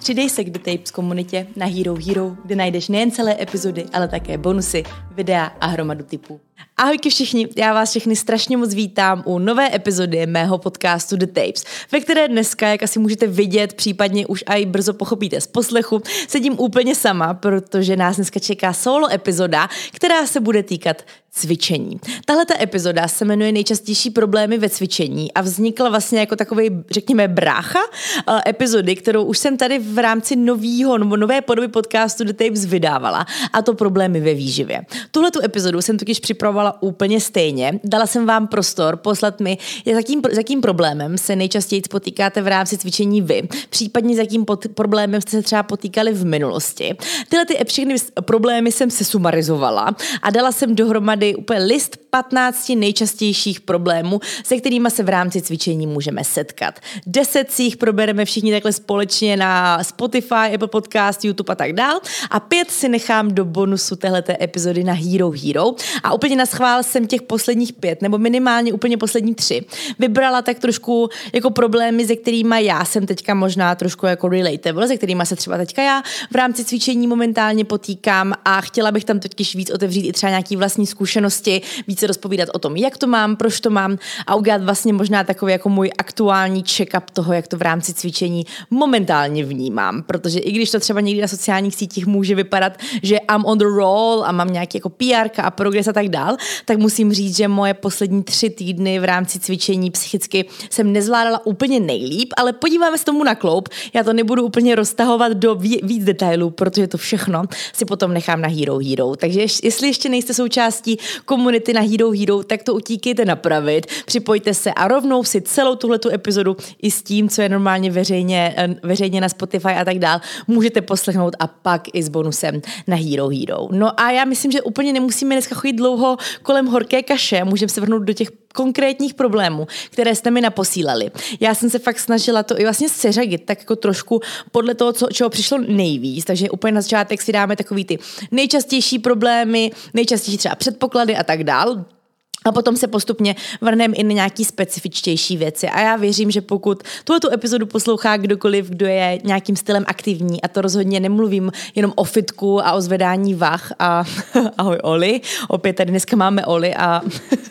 Přidej se k The Tapes komunitě na Hero Hero, kde najdeš nejen celé epizody, ale také bonusy, videa a hromadu tipů. Ahojky všichni, já vás všechny strašně moc vítám u nové epizody mého podcastu The Tapes, ve které dneska, jak asi můžete vidět, případně už aj brzo pochopíte z poslechu, sedím úplně sama, protože nás dneska čeká solo epizoda, která se bude týkat cvičení. Tahle ta epizoda se jmenuje Nejčastější problémy ve cvičení a vznikla vlastně jako takovej, řekněme, brácha epizody, kterou už jsem tady v rámci nové podoby podcastu The Tapes vydávala, a to problémy ve výživě. Tuhletu epizodu jsem totiž připravovala úplně stejně. Dala jsem vám prostor poslat mi, s jakým problémem se nejčastěji potýkáte v rámci cvičení vy, případně s jakým problémem jste se třeba potýkali v minulosti. Tyhle všechny problémy jsem se sumarizovala a dala jsem dohromady úplně list 15 nejčastějších problémů, se kterými se v rámci cvičení můžeme setkat. 10 z nich probereme všichni takhle společně na Spotify, Apple Podcast, YouTube a tak dál a 5 si nechám do bonusu téhleté epizody na Hero Hero a úplně na schvál jsem těch posledních 5 nebo minimálně úplně poslední 3 vybrala tak trošku jako problémy, se kterými já jsem teďka možná trošku jako relatable, se kterými se třeba teďka já v rámci cvičení momentálně potýkám a chtěla bych tam totiž víc otevřít i třeba nějaký vlastní zkušenosti, více rozpovídat o tom, jak to mám, proč to mám a udělat vlastně možná takový jako můj aktuální check-up toho, jak to v rámci cvičení momentálně vnímám, protože i když to třeba někdy na sociálních sítích může vypadat, že I'm on the roll a mám nějaký jako PR a progres a tak dál, tak musím říct, že moje poslední 3 týdny v rámci cvičení psychicky jsem nezvládala úplně nejlíp, ale podíváme se tomu na kloup. Já to nebudu úplně roztahovat do víc detailů, protože to všechno si potom nechám na Hero Hero. Takže jestli ještě nejste součástí komunity na Hero Hero, tak to utíkejte napravit, připojte se a rovnou si celou tuhletu epizodu i s tím, co je normálně veřejně na Spotify a tak dál, můžete poslechnout a pak i s bonusem na Hero Hero. No a já myslím, že úplně nemusíme dneska chodit dlouho kolem horké kaše, můžeme se vrhnout do těch konkrétních problémů, které jste mi naposílali. Já jsem se fakt snažila to i vlastně seřadit tak jako trošku podle toho, čeho přišlo nejvíc, takže úplně na začátek si dáme takový ty nejčastější problémy, nejčastější třeba předpoklady a tak dál. A potom se postupně vrhneme i na nějaký specifičtější věci. A já věřím, že pokud tuhletu epizodu poslouchá kdokoliv, kdo je nějakým stylem aktivní, a to rozhodně nemluvím jenom o fitku a o zvedání vah a ahoj Oli, opět tady dneska máme Oli a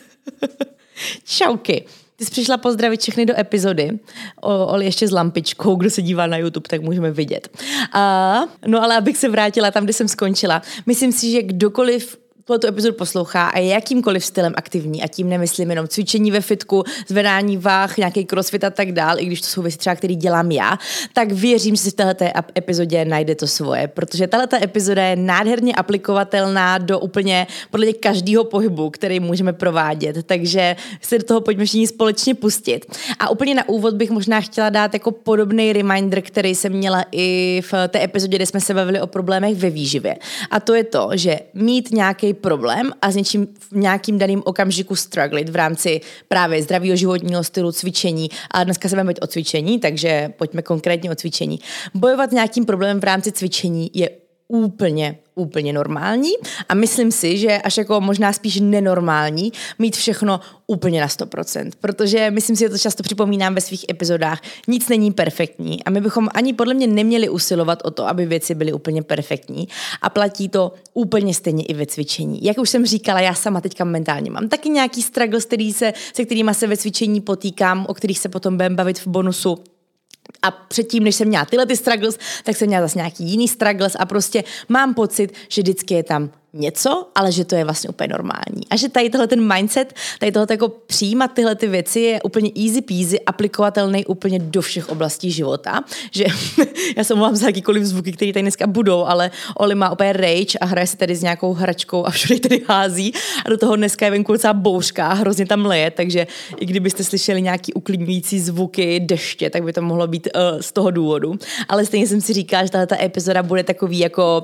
čauky. Ty jsi přišla pozdravit všechny do epizody. Oli ještě s lampičkou, kdo se dívá na YouTube, tak můžeme vidět. No ale abych se vrátila tam, kde jsem skončila. Myslím si, že kdokoliv tu epizodu poslouchá a je jakýmkoliv stylem aktivní, a tím nemyslím jenom cvičení ve fitku, zvedání váh, nějaký crossfit a tak dál, i když to jsou věci třeba, který dělám já, tak věřím, že si v této epizodě najde to svoje, protože tato epizoda je nádherně aplikovatelná do úplně podle každého pohybu, který můžeme provádět, takže se do toho pojďme všichni společně pustit. A úplně na úvod bych možná chtěla dát jako podobný reminder, který jsem měla i v té epizodě, kde jsme se bavili o problémech ve výživě. A to je to, že mít nějaký problém a s něčím v nějakým daným okamžiku strugglit v rámci právě zdravého životního stylu, cvičení. A dneska se budeme mít o cvičení, takže pojďme konkrétně o cvičení. Bojovat s nějakým problémem v rámci cvičení je úplně normální a myslím si, že až jako možná spíš nenormální mít všechno úplně na 100%, protože myslím si, že to často připomínám ve svých epizodách, nic není perfektní a my bychom ani podle mě neměli usilovat o to, aby věci byly úplně perfektní a platí to úplně stejně i ve cvičení. Jak už jsem říkala, já sama teďka momentálně mám taky nějaký struggles, se kterýma se ve cvičení potýkám, o kterých se potom budeme bavit v bonusu. A předtím, než jsem měla tyhle ty struggles, tak jsem měla zase nějaký jiný struggles a prostě mám pocit, že vždycky je tam něco, ale že to je vlastně úplně normální. A že tady tohle ten mindset, tady tohle jako přijímat tyhle ty věci je úplně easy peasy, aplikovatelný úplně do všech oblastí života. Že já se omlouvám za jakýkoliv zvuky, které tady dneska budou, ale Oli má úplně rage a hraje se tady s nějakou hračkou a všude tady hází a do toho dneska je venku docela bouřka a hrozně tam leje, takže i kdybyste slyšeli nějaký uklidňující zvuky deště, tak by to mohlo být z toho důvodu. Ale stejně jsem si říkala, že tato epizoda bude takový jako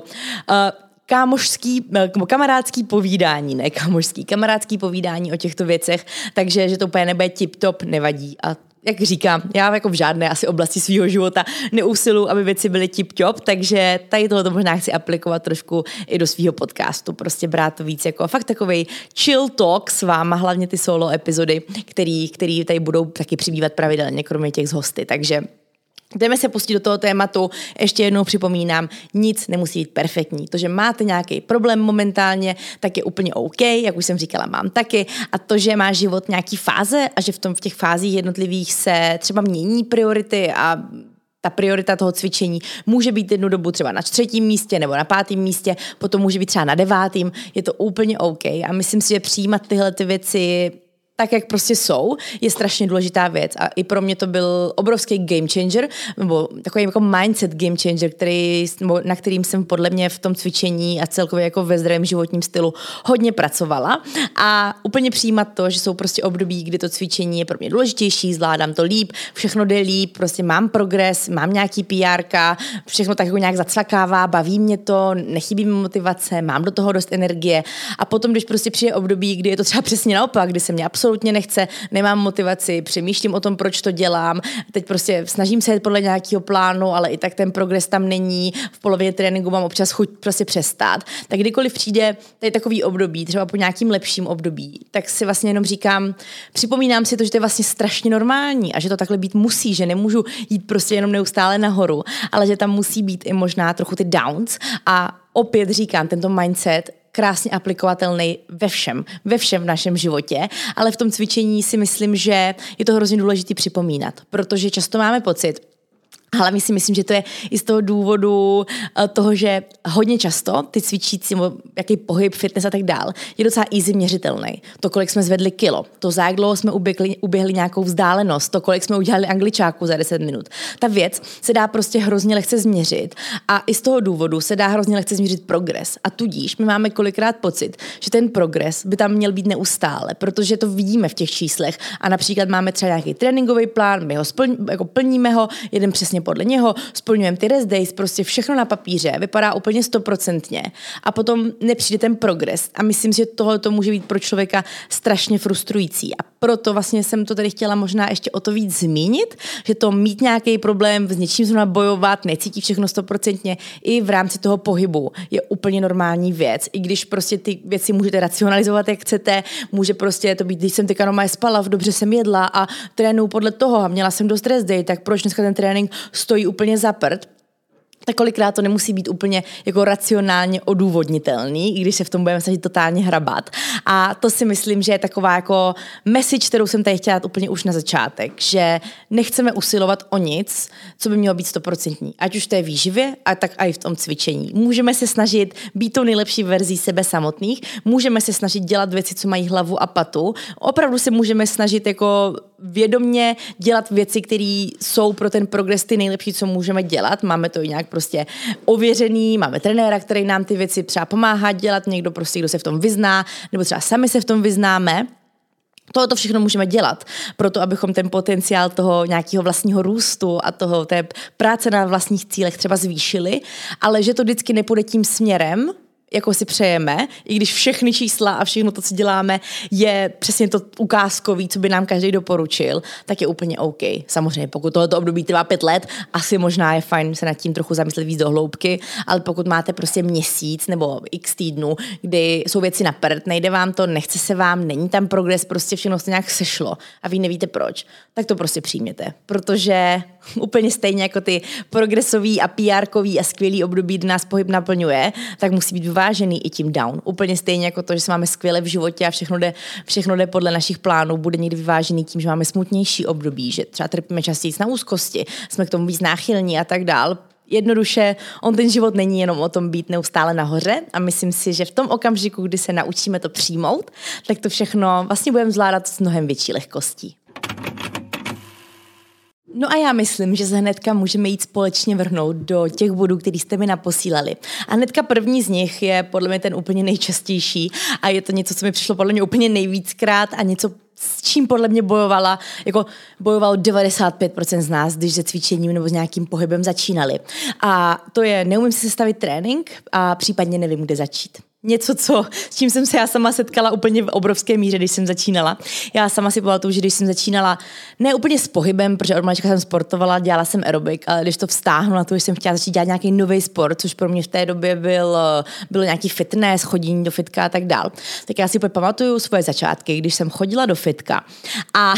kamarádský povídání o těchto věcech, takže že to úplně nebude tip-top, nevadí. A jak říkám, já jako v žádné asi oblasti svého života neusiluji, aby věci byly tip-top, takže tady tohoto možná chci aplikovat trošku i do svého podcastu, prostě brát to víc jako fakt takovej chill talk s váma, hlavně ty solo epizody, který tady budou taky přibývat pravidelně, kromě těch z hosty, takže Jdeme se pustit do toho tématu, ještě jednou připomínám, nic nemusí být perfektní. To, že máte nějaký problém momentálně, tak je úplně OK, jak už jsem říkala, mám taky. A to, že má život nějaký fáze a že v těch fázích jednotlivých se třeba mění priority a ta priorita toho cvičení může být jednu dobu třeba na 3. místě nebo na 5. místě, potom může být třeba na 9. Je to úplně OK. A myslím si, že přijímat tyhle ty věci tak, jak prostě jsou, je strašně důležitá věc. A i pro mě to byl obrovský game changer, nebo takový jako mindset game changer, na kterým jsem podle mě v tom cvičení a celkově jako ve zdravém životním stylu hodně pracovala. A úplně přijímat to, že jsou prostě období, kdy to cvičení je pro mě důležitější, zvládám to líp, všechno jde líp, prostě mám progres, mám nějaký PRka, všechno tak jako nějak zacvakává, baví mě to, nechybí mi motivace, mám do toho dost energie. A potom, když prostě přijde období, kdy je to třeba přesně naopak, kdy se mě absolutně nechce, nemám motivaci, přemýšlím o tom, proč to dělám, teď prostě snažím se jít podle nějakého plánu, ale i tak ten progres tam není, v polovině tréninku mám občas chuť prostě přestát. Tak kdykoliv přijde tady takový období, třeba po nějakým lepším období, tak si vlastně jenom říkám, připomínám si to, že to je vlastně strašně normální a že to takhle být musí, že nemůžu jít prostě jenom neustále nahoru, ale že tam musí být i možná trochu ty downs a opět říkám, tento mindset krásně aplikovatelný ve všem v našem životě, ale v tom cvičení si myslím, že je to hrozně důležité připomínat, protože často máme pocit, ale si myslím, že to je i z toho důvodu toho, že hodně často ty cvičící, jaký pohyb, fitness a tak dál, je docela easy měřitelný. To, kolik jsme zvedli kilo, to za jak dlouho jsme uběhli nějakou vzdálenost, to, kolik jsme udělali angličáku za 10 minut. Ta věc se dá prostě hrozně lehce změřit a i z toho důvodu se dá hrozně lehce změřit progres. A tudíž my máme kolikrát pocit, že ten progres by tam měl být neustále, protože to vidíme v těch číslech a například máme třeba nějaký tréninkový plán, my ho plníme ho, jeden přesně podle něho, splňujeme ty rest days, prostě všechno na papíře, vypadá úplně 100% a potom nepřijde ten progres a myslím si, že tohle to může být pro člověka strašně frustrující a proto vlastně jsem to tady chtěla možná ještě o to víc zmínit, že to mít nějaký problém, s něčím zrovna bojovat, necítí všechno 100% i v rámci toho pohybu je úplně normální věc, i když prostě ty věci můžete racionalizovat, jak chcete, může prostě to být, když jsem teďka normálně spala, dobře jsem jedla a trénuju podle toho a měla jsem dost rest day, tak proč dneska ten trénink stojí úplně za prd, tak kolikrát to nemusí být úplně jako racionálně odůvodnitelný, i když se v tom budeme snažit totálně hrabat. A to si myslím, že je taková jako message, kterou jsem tady chtěla dát úplně už na začátek, že nechceme usilovat o nic, co by mělo být 100%. Ať už to je výživě, a tak i v tom cvičení. Můžeme se snažit být tou nejlepší verzí sebe samotných, můžeme se snažit dělat věci, co mají hlavu a patu. Opravdu se můžeme snažit jako vědomně dělat věci, které jsou pro ten progres ty nejlepší, co můžeme dělat. Máme to i nějak prostě ověřený, máme trenéra, který nám ty věci třeba pomáhá dělat, někdo prostě, kdo se v tom vyzná, nebo třeba sami se v tom vyznáme. Tohle všechno můžeme dělat, proto abychom ten potenciál toho nějakého vlastního růstu a toho té práce na vlastních cílech třeba zvýšili, ale že to vždycky nepůjde tím směrem, jako si přejeme, i když všechny čísla a všechno to, co děláme, je přesně to ukázkový, co by nám každý doporučil, tak je úplně OK. Samozřejmě, pokud tohoto období trvá 5 let, asi možná je fajn se nad tím trochu zamyslet víc do hloubky, ale pokud máte prostě měsíc nebo x týdnů, kdy jsou věci na prd, nejde vám to, nechce se vám, není tam progres, prostě všechno se nějak sešlo a vy nevíte proč, tak to prostě přijměte, protože úplně stejně jako ty progresový a PR-kový a skvělý období, kdy nás pohyb naplňuje, tak musí být vyvážený i tím down. Úplně stejně jako to, že se máme skvěle v životě a všechno jde podle našich plánů, bude někdy vyvážený tím, že máme smutnější období, že třeba trpíme častěji na úzkosti, jsme k tomu víc náchylní a tak dál. Jednoduše, ten život není jenom o tom být neustále nahoře a myslím si, že v tom okamžiku, kdy se naučíme to přijmout, tak to všechno vlastně budeme zvládat s mnohem větší lehkostí. No a já myslím, že se hnedka můžeme jít společně vrhnout do těch bodů, který jste mi naposílali. A hnedka první z nich je podle mě ten úplně nejčastější a je to něco, co mi přišlo podle mě úplně nejvíckrát a něco, s čím podle mě bojovalo 95% z nás, když se cvičením nebo s nějakým pohybem začínali. A to je, neumím si sestavit trénink a případně nevím, kde začít. něco, s čím jsem se já sama setkala úplně v obrovské míře, když jsem začínala. Já sama si pamatuju, že když jsem začínala ne úplně s pohybem, protože od malička jsem sportovala, dělala jsem aerobik, ale když to vztáhnu na to, že jsem chtěla začít dělat nějaký nový sport, což pro mě v té době bylo nějaký fitness, chodění do fitka a tak dál. Tak já si úplně pamatuju svoje začátky, když jsem chodila do fitka a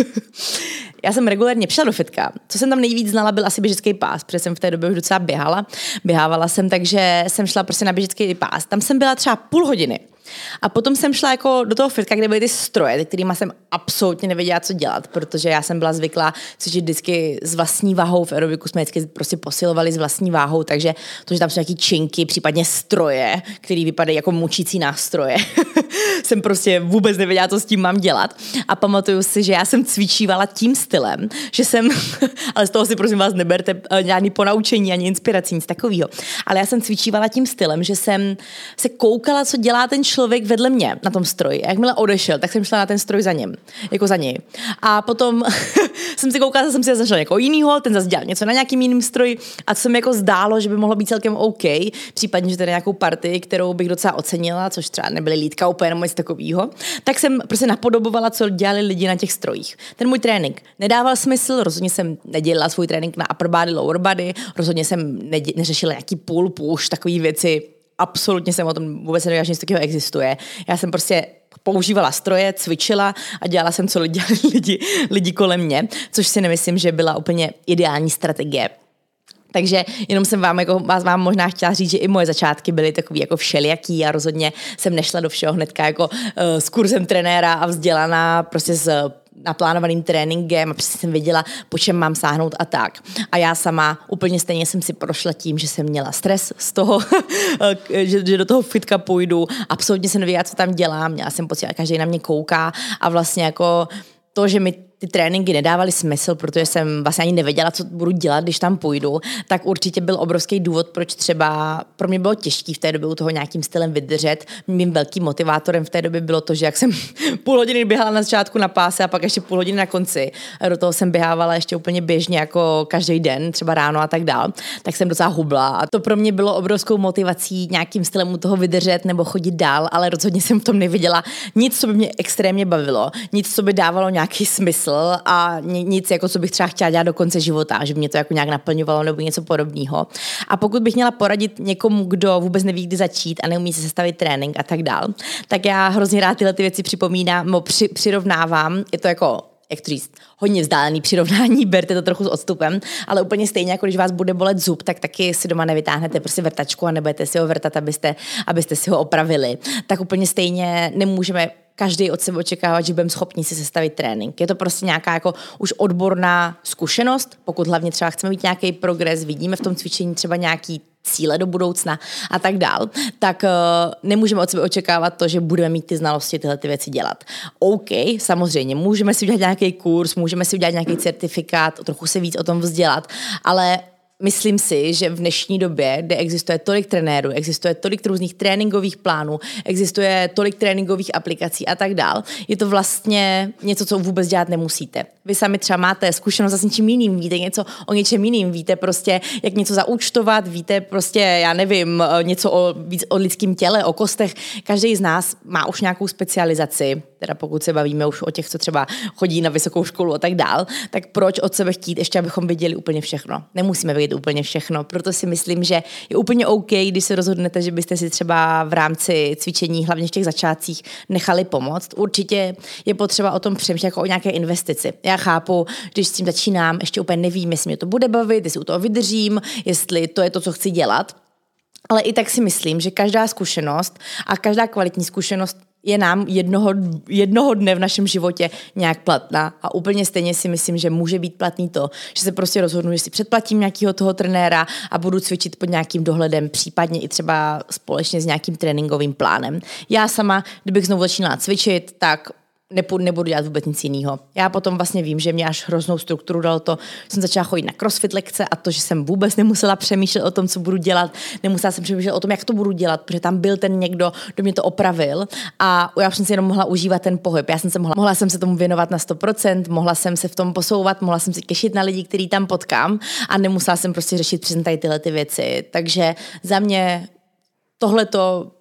já jsem regulérně přišla do fitka. Co jsem tam nejvíc znala, byl asi běžecký pás, protože jsem v té době už docela běhávala jsem, takže jsem šla prostě na běžecký pás. Tam jsem byla třeba půl hodiny. A potom jsem šla jako do toho fitka, kde byly ty stroje, kterými jsem absolutně nevěděla, co dělat, protože já jsem byla zvyklá cvičit vždycky s vlastní váhou, v aerobiku jsme vždycky prostě posilovali s vlastní váhou, takže to, že tam jsou nějaký činky, případně stroje, které vypadají jako mučící nástroje, jsem prostě vůbec nevěděla, co s tím mám dělat. A pamatuju si, že já jsem cvičívala tím stylem, že jsem, ale z toho si prosím vás neberte žádný ponaučení ani inspirací, nic takového. Ale já jsem cvičívala tím stylem, že jsem se koukala, co dělá ten člověk vedle mě na tom stroji. A jakmile odešel, tak jsem šla na ten stroj za ním, jako za něj. A potom jsem si koukala, jsem si zašla někoho jinýho, ten zase dělal něco na nějakým jiným stroji a co se mi jako zdálo, že by mohlo být celkem OK, případně, že tady nějakou partii, kterou bych docela ocenila, což třeba nebyly lítka úplně nebo nic takového, tak jsem prostě napodobovala, co dělali lidi na těch strojích. Ten můj trénink nedával smysl, rozhodně jsem nedělala svůj trénink na upper body, lower body, rozhodně jsem neřešila nějaký pull, push, takové věci. Absolutně jsem o tom vůbec nevěděla, že něco takového existuje. Já jsem prostě používala stroje, cvičila a dělala jsem, co dělali lidi kolem mě, což si nemyslím, že byla úplně ideální strategie. Takže jenom jsem vám možná chtěla říct, že i moje začátky byly takový jako všelijaký a rozhodně jsem nešla do všeho hnedka jako s kurzem trenéra a vzdělaná prostě s naplánovaným tréninkem a přesně jsem věděla, po čem mám sáhnout a tak. A já sama úplně stejně jsem si prošla tím, že jsem měla stres z toho, že do toho fitka půjdu, absolutně jsem nevěděla, co tam dělám, měla jsem pocit, že každý na mě kouká a vlastně jako to, že mi ty tréninky nedávaly smysl, protože jsem vlastně ani nevěděla, co budu dělat, když tam půjdu, tak určitě byl obrovský důvod, proč třeba pro mě bylo těžké v té době u toho nějakým stylem vydržet. Mým velkým motivátorem v té době bylo to, že jak jsem půl hodiny běhala na začátku na páse a pak ještě půl hodiny na konci, a do toho jsem běhávala ještě úplně běžně jako každý den, třeba ráno a tak dál, tak jsem docela hubla a to pro mě bylo obrovskou motivací nějakým stylem u toho vydržet nebo chodit dál, ale rozhodně jsem v tom neviděla nic, co by mě extrémně bavilo, nic, co by dávalo nějaký smysl a nic, jako co bych třeba chtěla dělat do konce života, že by mě to jako nějak naplňovalo nebo něco podobného. A pokud bych měla poradit někomu, kdo vůbec neví, kdy začít a neumí si sestavit trénink a tak dál, tak já hrozně rád tyhle ty věci připomínám, přirovnávám, je to jako jak to říct, hodně vzdálený přirovnání, berte to trochu s odstupem, ale úplně stejně, jako když vás bude bolet zub, tak taky si doma nevytáhnete prostě vrtačku a nebudete si ho vrtat, abyste si ho opravili. Tak úplně stejně nemůžeme každý od sebe očekávat, že budeme schopni si sestavit trénink. Je to prostě nějaká jako už odborná zkušenost, pokud hlavně třeba chceme mít nějaký progres, vidíme v tom cvičení třeba nějaký cíle do budoucna a tak dál, tak nemůžeme od sebe očekávat to, že budeme mít ty znalosti tyhle ty věci dělat. OK, samozřejmě, můžeme si udělat nějaký kurz, můžeme si udělat nějaký certifikát, trochu se víc o tom vzdělat, ale myslím si, že v dnešní době, kde existuje tolik trenérů, existuje tolik různých tréninkových plánů, existuje tolik tréninkových aplikací a tak dál, je to vlastně něco, co vůbec dělat nemusíte. Vy sami třeba máte zkušenost s něčím jiným, víte něco o něčem jiným, víte prostě, jak něco zaúčtovat, víte prostě, já nevím, něco víc o lidském těle, o kostech. Každý z nás má už nějakou specializaci, teda pokud se bavíme už o těch, co třeba chodí na vysokou školu a tak dál, tak proč od sebe chtít ještě, abychom viděli úplně všechno? Nemusíme vědět úplně všechno, proto si myslím, že je úplně OK, když se rozhodnete, že byste si třeba v rámci cvičení, hlavně v těch začátcích, nechali pomoct. Určitě je potřeba o tom přemýšlet jako o nějaké investici. Já chápu, když s tím začínám, ještě úplně nevím, jestli mě to bude bavit, jestli u toho vydržím, jestli to je to, co chci dělat. Ale i tak si myslím, že každá zkušenost a každá kvalitní zkušenost je nám jednoho dne v našem životě nějak platná a úplně stejně si myslím, že může být platný to, že se prostě rozhodnu, že si předplatím nějakého toho trenéra a budu cvičit pod nějakým dohledem, případně i třeba společně s nějakým tréninkovým plánem. Já sama, kdybych znovu začínala cvičit, tak nebudu dělat vůbec nic jiného. Já potom vlastně vím, že mě až hroznou strukturu dalo to, že jsem začala chodit na crossfit lekce a to, že jsem vůbec nemusela přemýšlet o tom, co budu dělat, nemusela jsem přemýšlet o tom, jak to budu dělat, protože tam byl ten někdo, kdo mě to opravil a já jsem si jenom mohla užívat ten pohyb. Mohla jsem se tomu věnovat na 100%, mohla jsem se v tom posouvat, mohla jsem se těšit na lidi, který tam potkám a nemusela jsem prostě řešit přesně tady tyhle ty věci. Takže za mě tohleto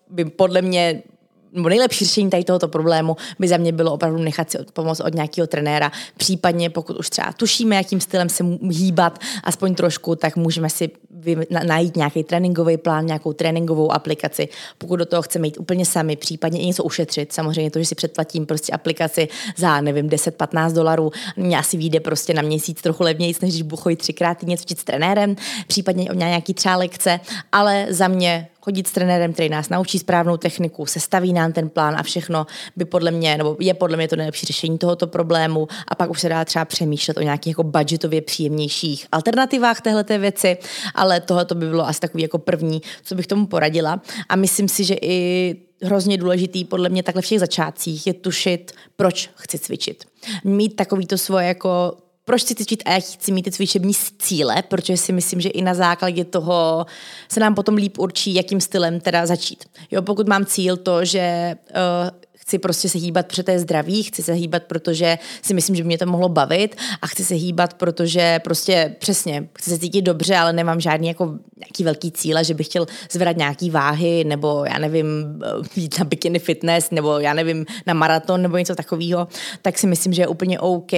by podle mě nejlepší řešení tady tohoto problému by za mě bylo opravdu nechat si pomoct od nějakého trenéra. Případně pokud už třeba tušíme, jakým stylem se hýbat, aspoň trošku, tak můžeme si najít nějaký tréninkový plán, nějakou tréninkovou aplikaci. Pokud do toho chceme jít úplně sami, případně i něco ušetřit. Samozřejmě to, že si předplatím prostě aplikaci za, nevím, $10-15, mě asi vyjde prostě na měsíc trochu levnějc, než když budu chodit 3x týdně cvičit s trenérem, případně nějaký třeba lekce, ale za mě chodit s trenérem, který nás naučí správnou techniku, sestaví nám ten plán a všechno by podle mě, nebo je podle mě to nejlepší řešení tohoto problému a pak už se dá třeba přemýšlet o nějakých jako budgetově příjemnějších alternativách téhleté věci, ale tohle by bylo asi takový jako první, co bych tomu poradila a myslím si, že i hrozně důležitý podle mě takhle v těch začátcích je tušit, proč chci cvičit. Mít takový to svoje jako proč chci cvičit a jak chci mít ty cvičební cíle, protože si myslím, že i na základě toho se nám potom líp určí, jakým stylem teda začít. Jo, pokud mám cíl to, že chci prostě se hýbat, protože to je zdraví, chci se hýbat, protože si myslím, že by mě to mohlo bavit a chci se hýbat, protože prostě přesně chci se cítit dobře, ale nemám žádný jako nějaký velký cíle, že bych chtěl zvedat nějaký váhy nebo já nevím, jít na bikini fitness nebo já nevím, na maraton nebo něco takového, tak si myslím, že je úplně OK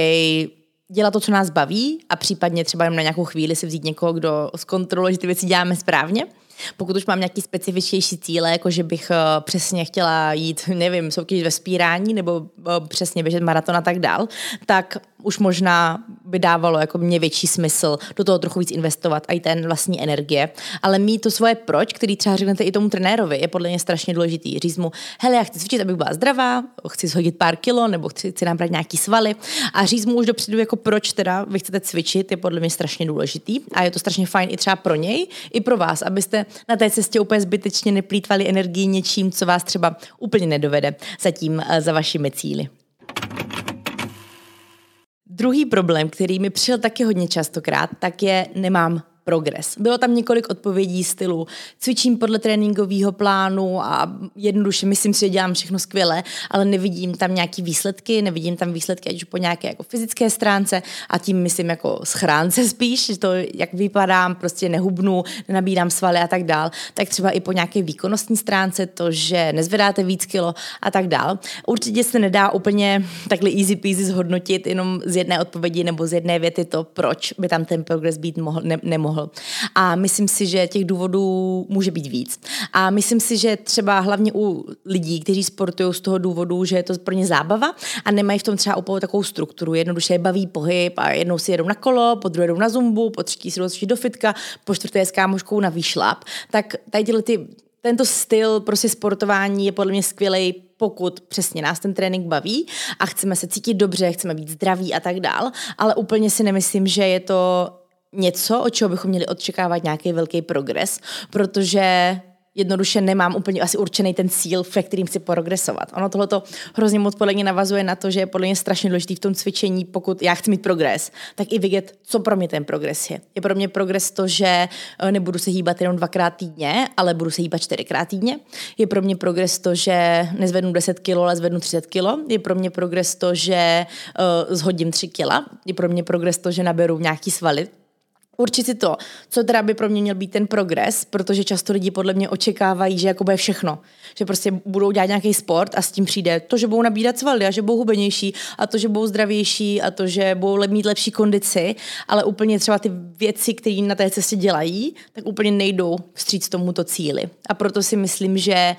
dělat to, co nás baví a případně třeba jenom na nějakou chvíli si vzít někoho, kdo zkontroluje, že ty věci děláme správně. Pokud už mám nějaký specifičtější cíle, jako že bych přesně chtěla jít, nevím, soutěžit ve vzpírání nebo přesně běžet maraton a tak dál, tak už možná by dávalo jako mě větší smysl do toho trochu víc investovat a i ten vlastní energie. Ale mít to svoje proč, který třeba řeknete i tomu trenérovi, je podle mě strašně důležitý. Říct mu, hele, já chci cvičit, abych byla zdravá, chci shodit pár kilo nebo chci nabrat nějaký svaly a říct mu už dopředu, jako proč teda vy chcete cvičit, je podle mě strašně důležitý a je to strašně fajn i třeba pro něj, i pro vás, abyste na té cestě úplně zbytečně neplýtvali energii něčím, co vás třeba úplně nedovede zatím za vašimi cíli. Druhý problém, který mi přišel taky hodně častokrát, tak je nemám progres. Bylo tam několik odpovědí stylu cvičím podle tréninkového plánu a jednoduše myslím si, že dělám všechno skvěle, ale nevidím tam nějaký výsledky, nevidím tam výsledky ať už po nějaké jako fyzické stránce a tím myslím jako schránce spíš, že to jak vypadám, prostě nehubnu, nenabírám svaly a tak dál, tak třeba i po nějaké výkonnostní stránce to, že nezvedáte víc kilo a tak dál. Určitě se nedá úplně takhle easy peasy zhodnotit jenom z jedné odpovědi nebo z jedné věty to, proč by tam ten progres být nemohl. A myslím si, že těch důvodů může být víc. A myslím si, že třeba hlavně u lidí, kteří sportují z toho důvodu, že je to pro ně zábava a nemají v tom třeba úplně takovou strukturu. Jednoduše je baví pohyb a jednou si jedou na kolo, po druhé jdou na zumbu, po třetí si jdou do fitka, po čtvrté s kámoškou na výšlap. Tak tady tento styl prostě sportování je podle mě skvělej, pokud přesně nás ten trénink baví a chceme se cítit dobře, chceme být zdraví a tak dál, ale úplně si nemyslím, že je to něco, od čeho bychom měli očekávat nějaký velký progres, protože jednoduše nemám úplně asi určený ten cíl, ve kterým chci progresovat. Ono tohleto hrozně moc podle mě navazuje na to, že je podle mě strašně důležitý v tom cvičení, pokud já chci mít progres, tak i vidět, co pro mě ten progres je. Je pro mě progres to, že nebudu se hýbat jenom 2x týdně, ale budu se hýbat 4x týdně. Je pro mě progres to, že nezvednu 10 kg, ale zvednu 30 kg. Je pro mě progres to, že zhodím 3 kg. Je pro mě progres to, že naberu nějaký svaly. Určit si to, co teda by pro mě měl být ten progres, protože často lidi podle mě očekávají, že jako bude všechno. Že prostě budou dělat nějaký sport a s tím přijde to, že budou nabírat svaly a že budou hubenější a to, že budou zdravější a to, že budou mít lepší kondici, ale úplně třeba ty věci, které na té cestě dělají, tak úplně nejdou vstříc tomuto cíli. A proto si myslím, že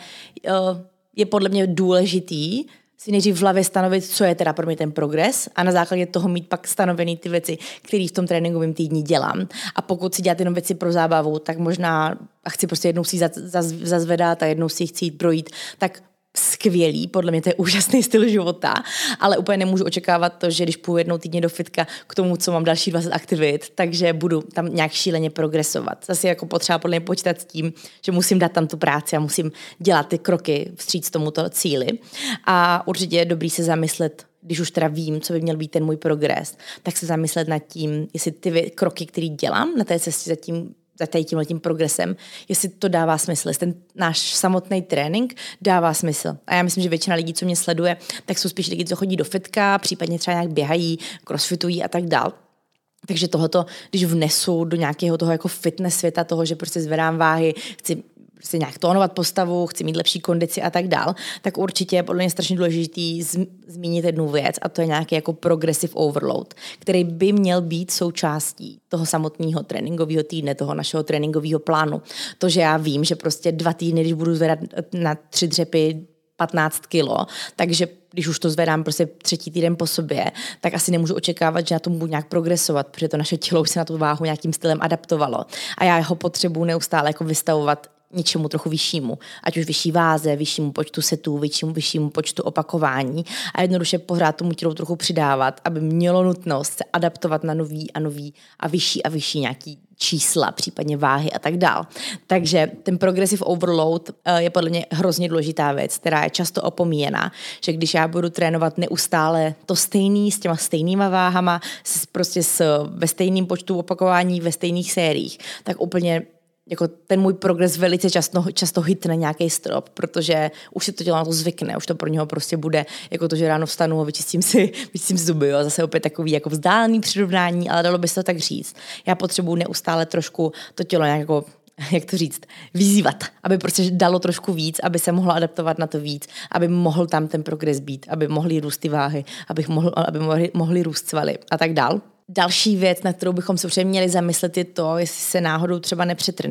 je podle mě důležitý si nejdřív v hlavě stanovit, co je teda pro mě ten progres a na základě toho mít pak stanovený ty věci, které v tom tréninkovém týdni dělám. A pokud si dělat jenom věci pro zábavu, tak možná a chci prostě jednou si zazvedat a jednou si chci jít projít, tak skvělý, podle mě to je úžasný styl života, ale úplně nemůžu očekávat to, že když půjdu jednou týdně do fitka k tomu, co mám další 20 aktivit, takže budu tam nějak šíleně progresovat. Zase jako potřeba podle mě počítat s tím, že musím dát tam tu práci a musím dělat ty kroky vstříc tomuto cíli. A určitě je dobrý se zamyslet, když už teda vím, co by měl být ten můj progres, tak se zamyslet nad tím, jestli ty kroky, které dělám na té cestě za tímhletím progresem, jestli to dává smysl, jestli ten náš samotný trénink dává smysl. A já myslím, že většina lidí, co mě sleduje, tak jsou spíš lidi, co chodí do fitka, případně třeba nějak běhají, crossfitují a tak dál. Takže tohoto, když vnesu do nějakého toho jako fitness světa, toho, že prostě zvedám váhy, chci prostě nějak tónovat postavu, chci mít lepší kondici a tak dál, tak určitě je podle mě strašně důležitý zmínit jednu věc a to je nějaký jako progressive overload, který by měl být součástí toho samotného tréninkového týdne, toho našeho tréninkového plánu. To, že já vím, že prostě 2 týdny, když budu zvedat na 3 dřepy 15 kilo, takže když už to zvedám prostě 3. týden po sobě, tak asi nemůžu očekávat, že na tom budu nějak progresovat, protože to naše tělo už se na tu váhu nějakým stylem adaptovalo. A já jeho potřebuji neustále jako vystavovat něčemu trochu vyššímu, ať už vyšší váze, vyššímu počtu setů, vyššímu počtu opakování a jednoduše pořád tomu tělu trochu přidávat, aby mělo nutnost se adaptovat na nový a vyšší nějaký čísla, případně váhy a tak dál. Takže ten progressive overload je podle mě hrozně důležitá věc, která je často opomíjená, že když já budu trénovat neustále to stejný s těma stejnýma váhama, prostě ve stejným počtu opakování, ve stejných sériích, tak úplně jako ten můj progres velice často hitne nějaký strop, protože už si to tělo na to zvykne, už to pro něho prostě bude jako to, že ráno vstanu a vyčistím si zuby, jo, zase opět takový jako vzdálený přirovnání, ale dalo by se to tak říct. Já potřebuji neustále trošku to tělo nějak jako, jak to říct, vyzývat, aby prostě dalo trošku víc, aby se mohlo adaptovat na to víc, aby mohl tam ten progres být, aby mohly růst ty váhy, aby mohly růst svaly a tak dál. Další věc, na kterou bychom se určitě měli zamyslet, je to, jestli se náhodou třeba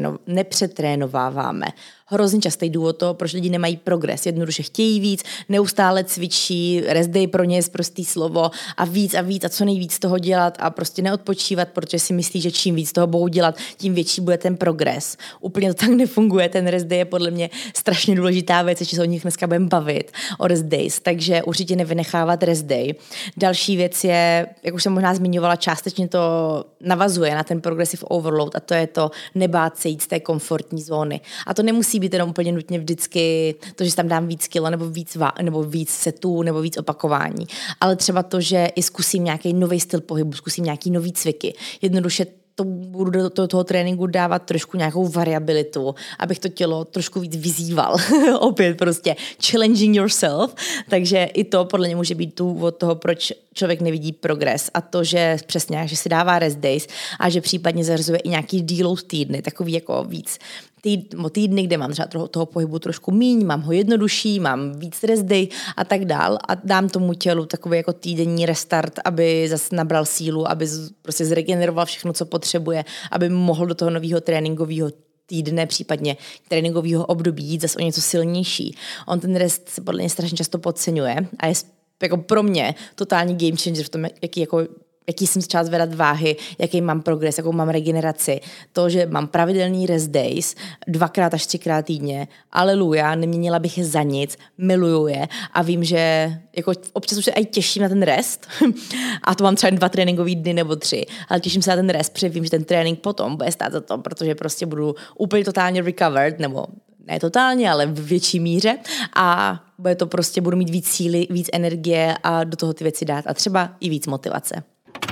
nepřetrénováváme. Hrozně častý důvod toho, proč lidi nemají progres. Jednoduše chtějí víc, neustále cvičí, rest day pro ně je prostý slovo a víc a co nejvíc toho dělat a prostě neodpočívat, protože si myslí, že čím víc toho budou dělat, tím větší bude ten progres. Úplně to tak nefunguje, ten rest day je podle mě strašně důležitá věc, že se o nich dneska budeme bavit, o rest days, takže určitě nevynechávat rest day. Další věc je, jak už jsem možná zmiňovala, částečně to navazuje na ten progressive overload a to je to nebát se jít z té komfortní zóny. A to nemusí být jenom úplně nutně vždycky to, že tam dám víc kilo nebo víc setů nebo víc opakování. Ale třeba to, že i zkusím nějaký nový styl pohybu, zkusím nějaký nový cviky. Jednoduše to budu do toho tréninku dávat trošku nějakou variabilitu, abych to tělo trošku víc vyzýval. Opět prostě challenging yourself. Takže i to podle mě může být důvod toho, proč člověk nevidí progres. A to, že přesně, že si dává rest days a že případně zařazuje i nějaký deload týdny, takový jako víc týdny, kde mám třeba toho pohybu trošku míň, mám ho jednodušší, mám víc rest day a tak dál a dám tomu tělu takový jako týdenní restart, aby zase nabral sílu, aby prostě zregeneroval všechno, co potřebuje, aby mohl do toho nového tréninkového týdne, případně tréninkového období jít zase o něco silnější. On ten rest se podle mě strašně často podceňuje a je jako pro mě totální game changer v tom, jaký jsem začala zvedat váhy, jaký mám progres, jakou mám regeneraci. To, že mám pravidelný rest days 2x až 3x týdně, aleluja, neměnila bych je za nic, miluju je a vím, že jako občas už se aj těším na ten rest a to mám třeba 2 tréninkový dny nebo 3, ale těším se na ten rest, protože vím, že ten trénink potom bude stát za to, protože prostě budu úplně totálně recovered, nebo ne totálně, ale v větší míře a budu mít víc síly, víc energie a do toho ty věci dát a třeba i víc motivace.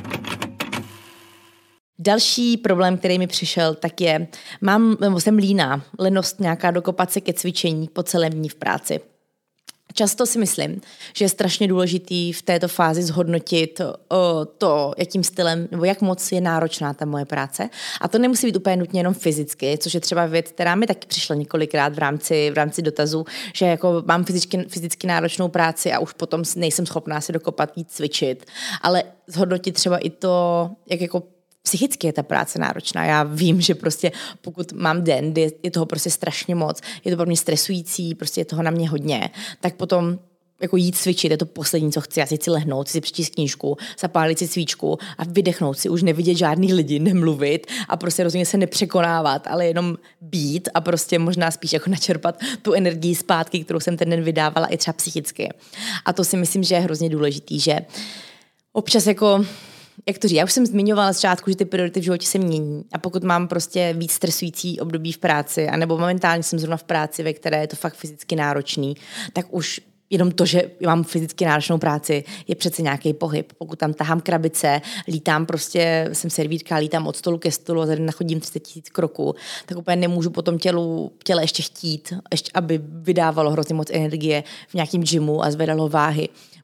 Další problém, který mi přišel, tak je, jsem líná, lenost nějaká dokopat se ke cvičení po celém dní v práci. Často si myslím, že je strašně důležitý v této fázi zhodnotit to, jakým stylem nebo jak moc je náročná ta moje práce. A to nemusí být úplně nutně jenom fyzicky, což je třeba věc, která mi taky přišla několikrát v rámci dotazů, že jako mám fyzicky náročnou práci a už potom nejsem schopná si dokopat víc cvičit. Ale zhodnotit třeba i to, jak jako psychicky je ta práce náročná. Já vím, že prostě pokud mám den, kdy je toho prostě strašně moc, je to pro mě stresující, prostě je toho na mě hodně, tak potom jako jít cvičit je to poslední, co chci. Já si chci lehnout, si přečíst knížku, zapálit si svíčku a vydechnout si, už nevidět žádný lidi, nemluvit a prostě rozhodně se nepřekonávat, ale jenom být a prostě možná spíš jako načerpat tu energii zpátky, kterou jsem ten den vydávala i třeba psychicky. A to si myslím, že je hrozně důležitý, že občas jako jak to říct, já už jsem zmiňovala na začátku, že ty priority v životě se mění a pokud mám prostě víc stresující období v práci anebo momentálně jsem zrovna v práci, ve které je to fakt fyzicky náročný, tak už jenom to, že mám fyzicky náročnou práci, je přece nějaký pohyb. Pokud tam tahám krabice, lítám prostě, jsem servítka, lítám od stolu ke stolu a za den nachodím 30 000 kroků, tak úplně nemůžu potom těle ještě chtít, aby vydávalo hrozně moc energie v nějakém gymu a zvedalo váhy.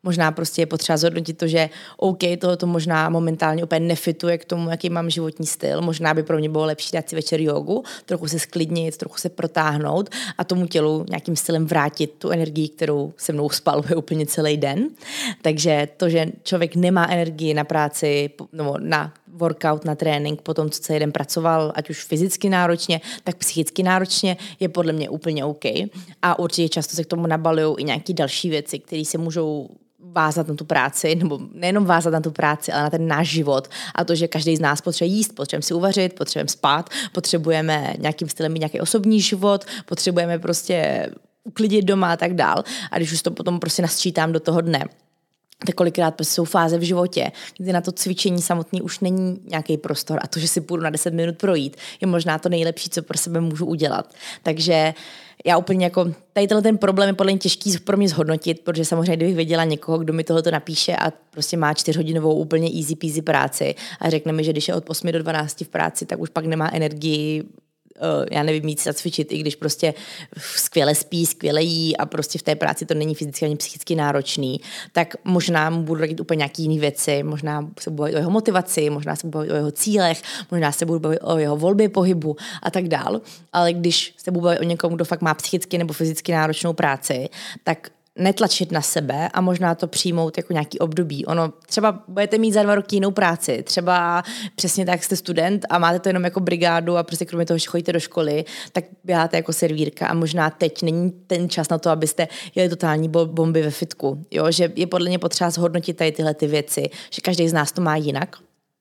Možná prostě je potřeba zhodnotit to, že OK, tohoto možná momentálně úplně nefituje k tomu, jaký mám životní styl. Možná by pro mě bylo lepší dát si večer jogu, trochu se sklidnit, trochu se protáhnout a tomu tělu nějakým stylem vrátit tu energii, kterou se mnou spaluje úplně celý den. Takže to, že člověk nemá energii na práci, nebo na workout, na trénink, potom co celý den pracoval, ať už fyzicky náročně, tak psychicky náročně, je podle mě úplně OK. A určitě často se k tomu nabalují i nějaké další věci, které se můžou vázat na tu práci, nebo nejenom vázat na tu práci, ale na ten náš život. A to, že každý z nás potřebuje jíst, potřebujeme si uvařit, potřebujeme spát, potřebujeme nějakým stylem mít nějaký osobní život, potřebujeme prostě uklidit doma a tak dál. A když už to potom prostě nasčítám do toho dne, tak kolikrát prostě jsou fáze v životě, kdy na to cvičení samotný už není nějaký prostor a to, že si půjdu na 10 minut projít, je možná to nejlepší, co pro sebe můžu udělat. Takže já úplně jako, tady ten problém je podle mě těžký pro mě zhodnotit, protože samozřejmě, kdybych viděla někoho, kdo mi tohleto napíše a prostě má 4hodinovou úplně easy peasy práci a řekne mi, že když je od 8 do 12 v práci, tak už pak nemá energii, já nevím, mít se zacvičit, i když prostě skvěle spí, skvěle jí a prostě v té práci to není fyzicky ani psychicky náročný, tak možná mu budu radit úplně nějaký jiný věci, možná se budu bavit o jeho motivaci, možná se budu bavit o jeho cílech, možná se budu bavit o jeho volbě pohybu a tak dál. Ale když se budu bavit o někom, kdo fakt má psychicky nebo fyzicky náročnou práci, tak netlačit na sebe a možná to přijmout jako nějaký období. Ono třeba budete mít za 2 roky jinou práci, třeba přesně tak jste student a máte to jenom jako brigádu a prostě kromě toho, že chodíte do školy, tak běháte jako servírka a možná teď není ten čas na to, abyste jeli totální bomby ve fitku. Jo? Že je podle mě potřeba zhodnotit tady tyhle ty věci, že každý z nás to má jinak.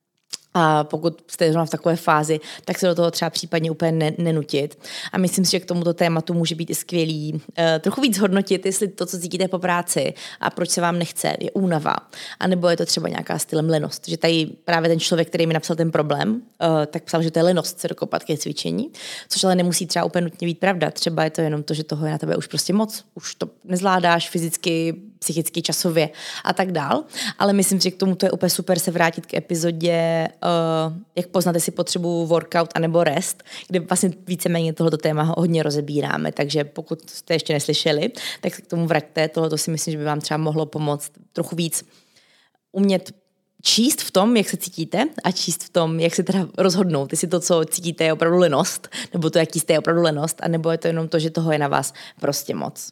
A pokud jste v takové fázi, tak se do toho třeba případně úplně nenutit. A myslím si, že k tomuto tématu může být i skvělý trochu víc hodnotit, jestli to, co cítíte po práci a proč se vám nechce, je únava. A nebo je to třeba nějaká stylem lenost. Že tady právě ten člověk, který mi napsal ten problém, tak psal, že to je lenost se dokopat ke cvičení, což ale nemusí třeba úplně nutně být pravda. Třeba je to jenom to, že toho je na tebe už prostě moc. Už to nezvládáš fyzicky, psychicky, časově a tak dál. Ale myslím si, že k tomu to je úplně super se vrátit k epizodě jak poznat, jestli potřebuju workout anebo rest, kde vlastně víceméně tohoto téma hodně rozebíráme, takže pokud jste ještě neslyšeli, tak se k tomu vraťte, tohoto si myslím, že by vám třeba mohlo pomoct trochu víc umět číst v tom, jak se cítíte a číst v tom, jak se teda rozhodnout, jestli to, co cítíte, je opravdu lenost, nebo to, jak jste, je opravdu lenost, anebo je to jenom to, že toho je na vás prostě moc.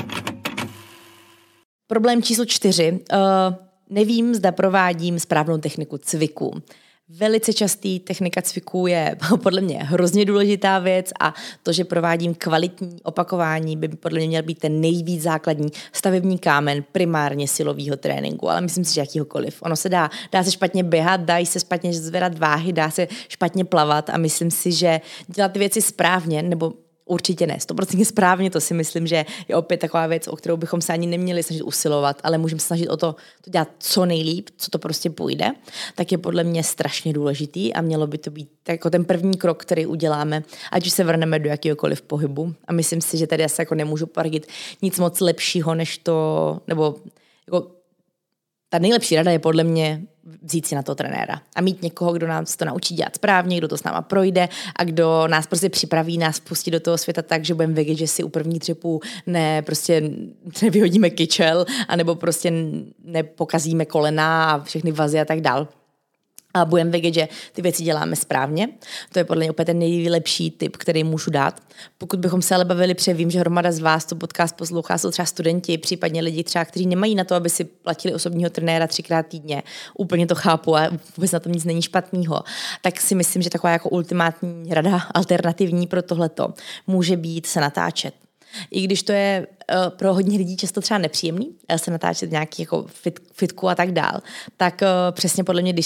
Problém číslo 4. Nevím, zda provádím správnou techniku cviku. Velice častý technika cviku je podle mě hrozně důležitá věc a to, že provádím kvalitní opakování, by podle mě měl být ten nejvíc základní stavební kámen primárně silového tréninku, ale myslím si, že jakýhokoliv. Ono se dá se špatně běhat, dá se špatně zvedat váhy, dá se špatně plavat a myslím si, že dělat ty věci správně nebo určitě ne, 100% správně, to si myslím, že je opět taková věc, o kterou bychom se ani neměli snažit usilovat, ale můžeme se snažit o to dělat co nejlíp, co to prostě půjde, tak je podle mě strašně důležitý a mělo by to být jako ten první krok, který uděláme, ať už se vrhneme do jakéhokoliv pohybu. A myslím si, že tady asi jako nemůžu poradit nic moc lepšího, než to, nebo jako ta nejlepší rada je podle mě vzít si na to trenéra a mít někoho, kdo nás to naučí dělat správně, kdo to s náma projde a kdo nás prostě připraví, nás pustí do toho světa tak, že budeme vědět, že si u první třepu prostě nevyhodíme kyčel anebo prostě nepokazíme kolena a všechny vazy a tak dál. A budeme vědět, že ty věci děláme správně. To je podle mě úplně ten nejlepší tip, který můžu dát. Pokud bychom se ale bavili, protože vím, že hromada z vás to podcast poslouchá, jsou třeba studenti, případně lidi třeba, kteří nemají na to, aby si platili osobního trenéra 3krát týdně. Úplně to chápu a vůbec na tom nic není špatného. Tak si myslím, že taková jako ultimátní rada alternativní pro tohleto může být se natáčet. I když to je pro hodně lidí často třeba nepříjemný se natáčet nějaký jako fitku a tak dál, tak přesně podle mě, když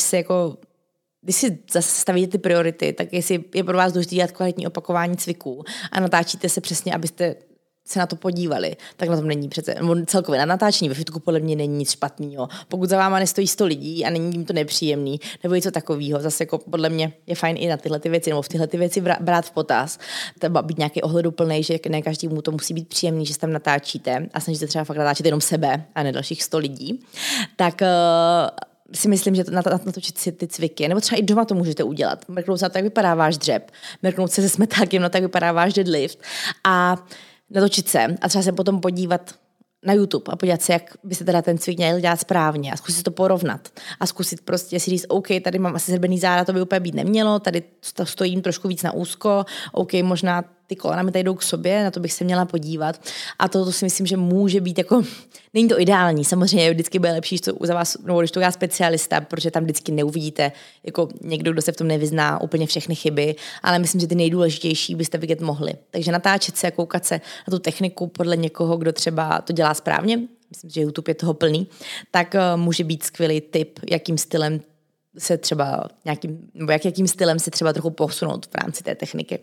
si zase stavíte ty priority, tak jestli je pro vás důležité dělat kvalitní opakování cviků a natáčíte se přesně, abyste se na to podívali, tak na tom není přece, celkově na natáčení ve fitku podle mě není nic špatného. Pokud za váma nestojí 100 lidí a není jim to nepříjemný, nebo něco takového, zase jako podle mě je fajn i na tyhle ty věci, nebo v tyhle ty věci brát v potaz, třeba být nějaký ohleduplnej, že ne každému to musí být příjemný, že se tam natáčíte a snažíte třeba fakt natáčet jenom sebe a ne dalších 100 lidí, tak si myslím, že natočit si ty cviky, nebo třeba i doma to můžete udělat. Mrknout se na to, jak vypadá váš dřep, mrknout se se smetákem na to, jak vypadá váš deadlift a natočit se a třeba se potom podívat na YouTube a podívat se, jak by se teda ten cvik měl dělat správně a zkusit to porovnat a zkusit prostě si říct, OK, tady mám asi zhrbený záda, to by úplně být nemělo, tady stojím trošku víc na úzko, OK, možná ty kolena mi tady jdou k sobě, na to bych se měla podívat. A to si myslím, že může být jako, není to ideální, samozřejmě vždycky bude lepší, co za vás, nebo když to dělá specialista, protože tam vždycky neuvidíte jako někdo, kdo se v tom nevyzná úplně všechny chyby, ale myslím, že ty nejdůležitější byste vidět mohli. Takže natáčet se a koukat se na tu techniku podle někoho, kdo třeba to dělá správně, myslím, že YouTube je toho plný, tak může být skvělý tip, jakým stylem se třeba jakým stylem se třeba trochu posunout v rámci té techniky.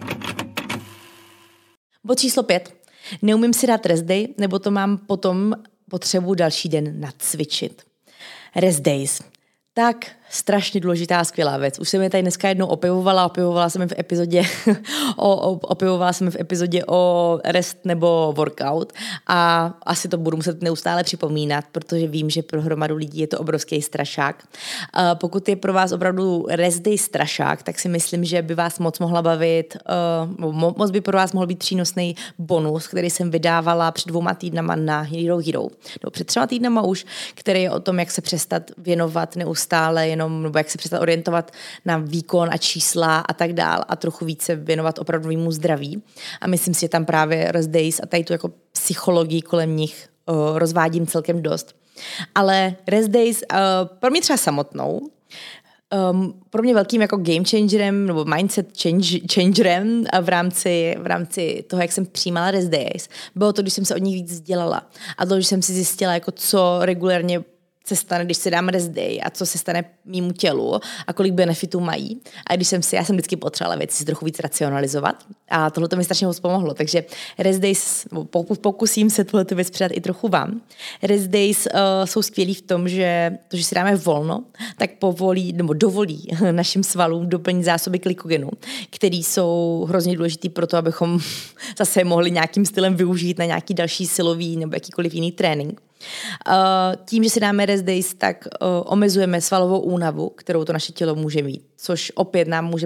Bod číslo 5. Neumím si dát rest day, nebo to mám potom potřebu další den nacvičit. Rest days. Tak strašně důležitá, skvělá věc. Už jsem je tady dneska jednou opivovala jsem v epizodě o rest nebo workout a asi to budu muset neustále připomínat, protože vím, že pro hromadu lidí je to obrovský strašák. Pokud je pro vás opravdu rest day strašák, tak si myslím, že by vás moc mohla bavit, moc by pro vás mohl být přínosný bonus, který jsem vydávala před 2 týdnama na Hero Hero. No, před 3 týdnama už, který je o tom, jak se přestat věnovat neustále nebo jak se přestat orientovat na výkon a čísla a tak dál a trochu více věnovat opravdovému zdraví. A myslím si, že tam právě rest days a tady tu jako psychologii kolem nich rozvádím celkem dost. Ale rest days pro mě třeba samotnou, pro mě velkým jako game changerem nebo mindset changerem v rámci toho, jak jsem přijímala rest days, bylo to, když jsem se od nich víc vzdělala. A to, když jsem si zjistila, jako co regulérně se stane, když si dám rest day a co se stane mýmu tělu a kolik benefitů mají. A já jsem vždycky potřebovala věci si trochu víc racionalizovat a tohle to mi strašně moc pomohlo. Takže rest days, pokusím se tohleto věc předat i trochu vám. Rest days jsou skvělí v tom, že si dáme volno, tak dovolí našim svalům doplnit zásoby glykogenu, který jsou hrozně důležitý pro to, abychom zase mohli nějakým stylem využít na nějaký další silový nebo jakýkoliv jiný trénink. Tím, že si dáme rest days, tak omezujeme svalovou únavu, kterou to naše tělo může mít, což opět nám může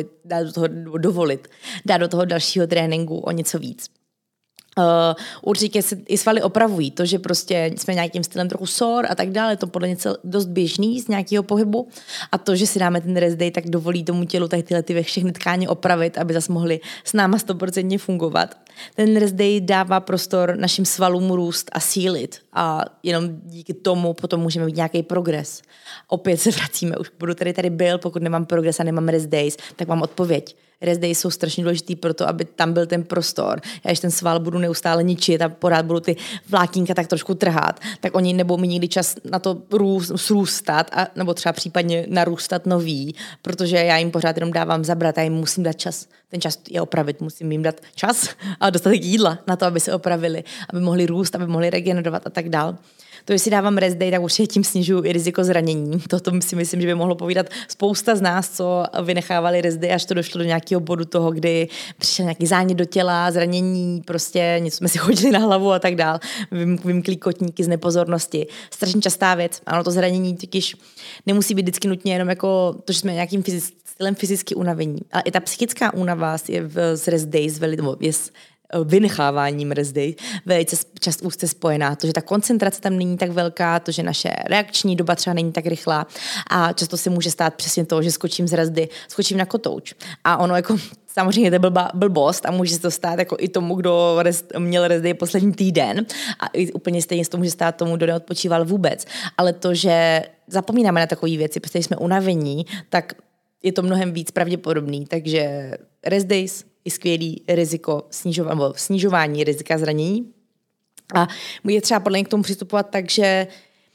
dát do toho dalšího tréninku o něco víc. Určitě se i svaly opravují, to, že prostě jsme nějakým stylem trochu sore a tak dále, to podle něco dost běžný z nějakého pohybu a to, že si dáme ten rest day, tak dovolí tomu tělu tady tyhle všechny tkáně opravit, aby zase mohli s náma 100% fungovat. Ten rest day dává prostor našim svalům růst a sílit a jenom díky tomu potom můžeme mít nějaký progres. Opět se vracíme, už budu tady byl, pokud nemám progres a nemám rest days, tak mám odpověď. Rest days jsou strašně důležitý pro to, aby tam byl ten prostor. Já když ten sval budu neustále ničit a pořád budu ty vlákínka tak trošku trhat, tak oni nebudou mít nikdy čas na to srůstat nebo třeba případně narůstat nový, protože já jim pořád jenom dávám zabrat a jim musím dát čas. Ten čas je opravit, musím jim dát čas a dostatek jídla na to, aby se opravili, aby mohli růst, aby mohli regenerovat a tak dál. To, jestli dávám rest day, tak určitě tím snižuju i riziko zranění. To si myslím, že by mohlo povídat spousta z nás, co vynechávali rest day, až to došlo do nějakého bodu toho, kdy přišel nějaký zánět do těla, zranění, prostě něco jsme si hodili na hlavu a tak dál. Vymklí kotníky z nepozornosti. Strašně častá věc. Ano, to zranění totiž nemusí být vždycky nutně jenom jako to, že jsme nějakým stylem fyzicky unavení. Ale i ta psychická únava je z rest days je s vynecháváním rest day velice často úzce spojená. To, že ta koncentrace tam není tak velká, to, že naše reakční doba třeba není tak rychlá a často se může stát přesně to, že skočím z rest day, skočím na kotouč. A ono jako samozřejmě to je blbost a může se to stát jako i tomu, kdo měl rest day poslední týden a i úplně stejně se to může stát tomu, kdo neodpočíval vůbec. Ale to, že zapomínáme na takové věci, protože jsme unavení, tak je to mnohem víc pravděpodobný. Takže rest days je skvělý riziko snižování rizika zranění. A je třeba podle mě k tomu přistupovat tak, že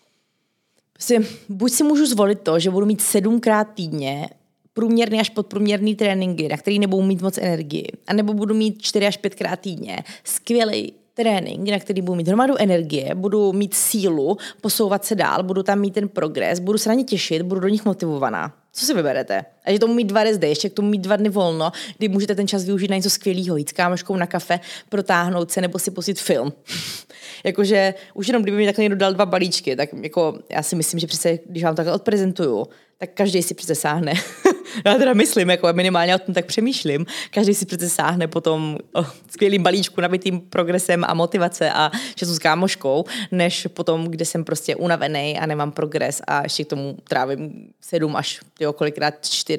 buď si můžu zvolit to, že budu mít 7krát týdně průměrný až podprůměrný tréninky, na který nebudou mít moc energie, anebo budu mít 4 až 5krát týdně skvělý trénink, na který budu mít hromadu energie, budu mít sílu posouvat se dál, budu tam mít ten progres, budu se na ně těšit, budu do nich motivovaná. Co si vyberete? A že tomu mít 2 rest day, ještě k tomu mít 2 dny volno, kdy můžete ten čas využít na něco skvělého, jít s kámoškou na kafe, protáhnout se nebo si pustit film. Jakože už jenom kdyby mi takhle někdo dal 2 balíčky, tak jako já si myslím, že přece, když vám takhle odprezentuju, tak každý si přece sáhne Já teda myslím, jako minimálně o tom tak přemýšlím. Každý si přece sáhne po tom skvělým balíčku nabitým progresem a motivace a času s kámoškou, než potom, kde jsem prostě unavený a nemám progres a ještě k tomu trávím 7 až kolikrát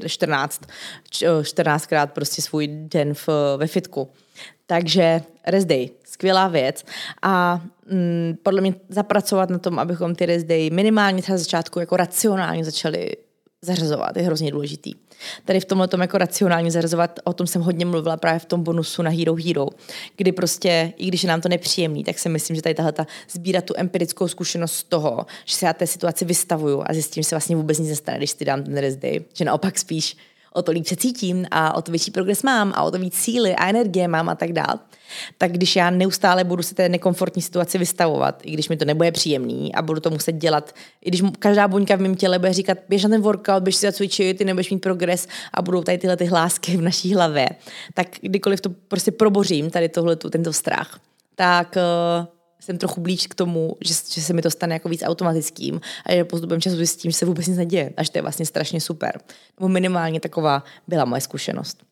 14krát prostě svůj den ve fitku. Takže rest day, skvělá věc a podle mě zapracovat na tom, abychom ty rest day minimálně třeba začátku jako racionálně začali zařazovat, je hrozně důležitý. Tady v tomhletom jako racionálně zařazovat, o tom jsem hodně mluvila právě v tom bonusu na Hero Hero, kdy prostě, i když je nám to nepříjemný, tak si myslím, že tady tahleta sbírat tu empirickou zkušenost z toho, že se já té situaci vystavuju a zjistím, že se vlastně vůbec nic nestane, když si dám ten rest day, že naopak spíš o to líp se cítím a o to větší progres mám a o to víc síly a energie mám a tak dál. Tak když já neustále budu se té nekomfortní situaci vystavovat, i když mi to nebude příjemný a budu to muset dělat, i když každá buňka v mém těle bude říkat, běž na ten workout, běž si zacvičit, ty nebudeš mít progres a budou tady tyhle ty hlásky v naší hlavě, tak kdykoliv to prostě probořím, tady tento strach, tak jsem trochu blíž k tomu, že se mi to stane jako víc automatickým a že postupem času zjistím, že se vůbec nic neděje, až to je vlastně strašně super. Nebo minimálně taková byla moje zkušenost.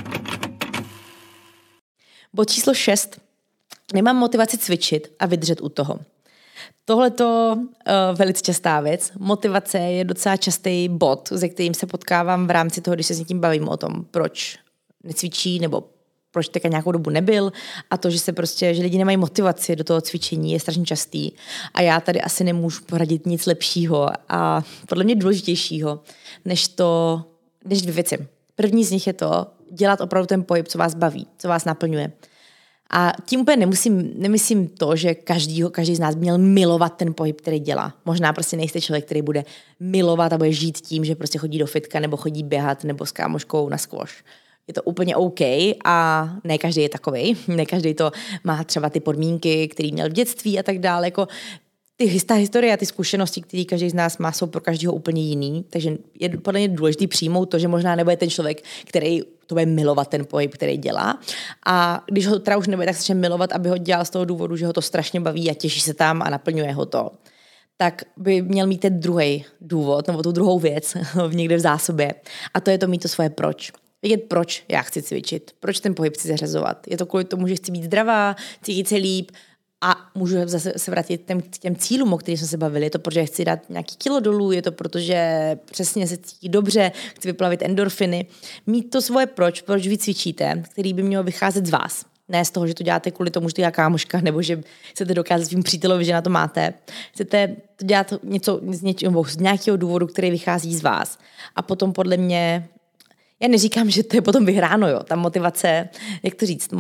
Bod číslo 6. Nemám motivaci cvičit a vydržet u toho. Tohleto velice častá věc. Motivace je docela častý bod, se kterým se potkávám v rámci toho, když se s někým bavím o tom, proč necvičí nebo proč teďka nějakou dobu nebyl a to, že že lidi nemají motivaci do toho cvičení, je strašně častý a já tady asi nemůžu poradit nic lepšího a podle mě důležitějšího, než 2 věci. První z nich je to dělat opravdu ten pohyb, co vás baví, co vás naplňuje. A tím úplně nemyslím to, že každý z nás by měl milovat ten pohyb, který dělá. Možná prostě nejste člověk, který bude milovat a bude žít tím, že prostě chodí do fitka nebo chodí běhat nebo s kámoškou na squash. Je to úplně OK a ne každý je takovej. Ne každý to má třeba ty podmínky, který měl v dětství a tak dále. Jako ta historie a ty zkušenosti, které každý z nás má, jsou pro každého úplně jiný. Takže je podle mě důležité přijmout to, že možná nebude ten člověk, který to bude milovat ten pohyb, který dělá. A když ho teda už nebude tak strašně milovat, aby ho dělal z toho důvodu, že ho to strašně baví a těší se tam a naplňuje ho to, tak by měl mít ten druhý důvod nebo tu druhou věc někde v zásobě. A to je to mít to svoje proč. Vědět, proč já chci cvičit, proč ten pohyb chci zařazovat. Je to kvůli tomu, že chci být zdravá, cítit se líp a můžu zase se vrátit k těm cílům, o kterých jsme se bavili. Je to, protože chci dát nějaký kilo dolů, je to, protože přesně se cítí dobře, chci vyplavit endorfiny. Mít to svoje proč vy cvičíte, který by mělo vycházet z vás. Ne z toho, že to děláte kvůli tomu, že to dělá kámoška, nebo že chcete dokázat svým přítelovi, že na to máte. Chcete to dělat z nějakého důvodu, který vychází z vás. A potom podle mě já neříkám, že to je potom vyhráno, jo. Ta motivace, jak to říct,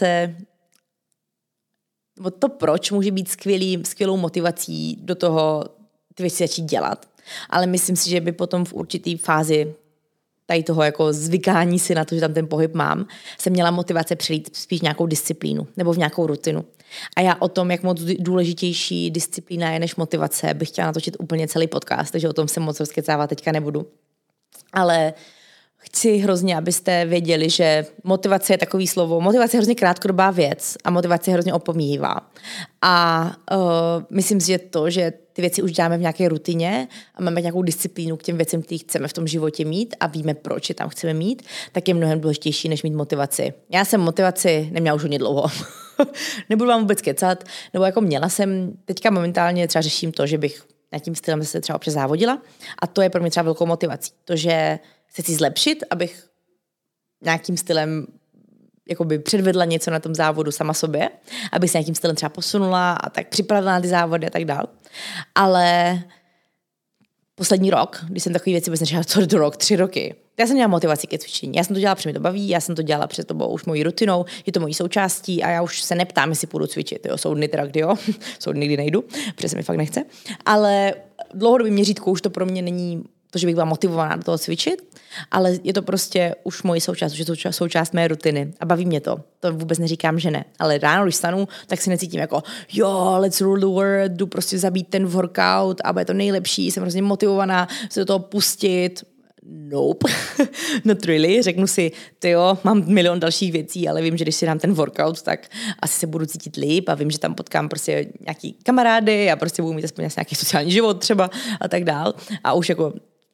to proč může být skvělou motivací do toho ty věci začít dělat. Ale myslím si, že by potom v určitý fázi tady toho jako zvykání si na to, že tam ten pohyb mám, se měla motivace přelít spíš nějakou disciplínu nebo v nějakou rutinu. A já o tom, jak moc důležitější disciplína je než motivace, bych chtěla natočit úplně celý podcast, takže o tom se moc rozkecávat teďka nebudu. Ale chci hrozně, abyste věděli, že motivace je takový slovo. Motivace je hrozně krátkodobá věc a motivace je hrozně opomíjivá. A myslím si, že to, že ty věci už děláme v nějaké rutině a máme nějakou disciplínu k těm věcem, které chceme v tom životě mít a víme, proč je tam chceme mít, tak je mnohem důležitější, než mít motivaci. Já jsem motivaci neměla už hodně dlouho. Nebudu vám vůbec kecat, nebo jako měla jsem, teďka momentálně třeba řeším to, že bych nad tím stylem se třeba občas závodila a to je pro mě třeba velkou motivací. To, že se chci zlepšit, abych nějakým stylem jakoby předvedla něco na tom závodu sama sobě, aby se nějakým stylem třeba posunula a tak připravila na ty závody a tak dál. Ale poslední rok, když jsem takové věci začala co rok, 3 roky, já jsem měla motivaci ke cvičení. Já jsem to dělala, protože mi to baví, já jsem to dělala před tobou už mojí rutinou, je to mojí součástí a já už se neptám, jestli půjdu cvičit. Jo. Jsou dny teda, kdy jo, jsou dny, kdy nejdu, protože se mi fakt nechce. Ale dlouhodobým měřítku už to pro mě není to, že bych byla motivovaná do toho cvičit, ale je to prostě už moje součást, už je to součást mé rutiny a baví mě to. To vůbec neříkám, že ne. Ale ráno, když stanu, tak si necítím jako let's rule the world, jdu prostě zabít ten workout a bude to nejlepší, jsem hrozně motivovaná se do toho pustit. Nope, not really. Řeknu si, mám milion dalších věcí, ale vím, že když si dám ten workout, tak asi se budu cítit líp a vím, že tam potkám prostě nějaký kamarády a prostě budu mít aspoň nějaký sociální život třeba a tak dál. A už jako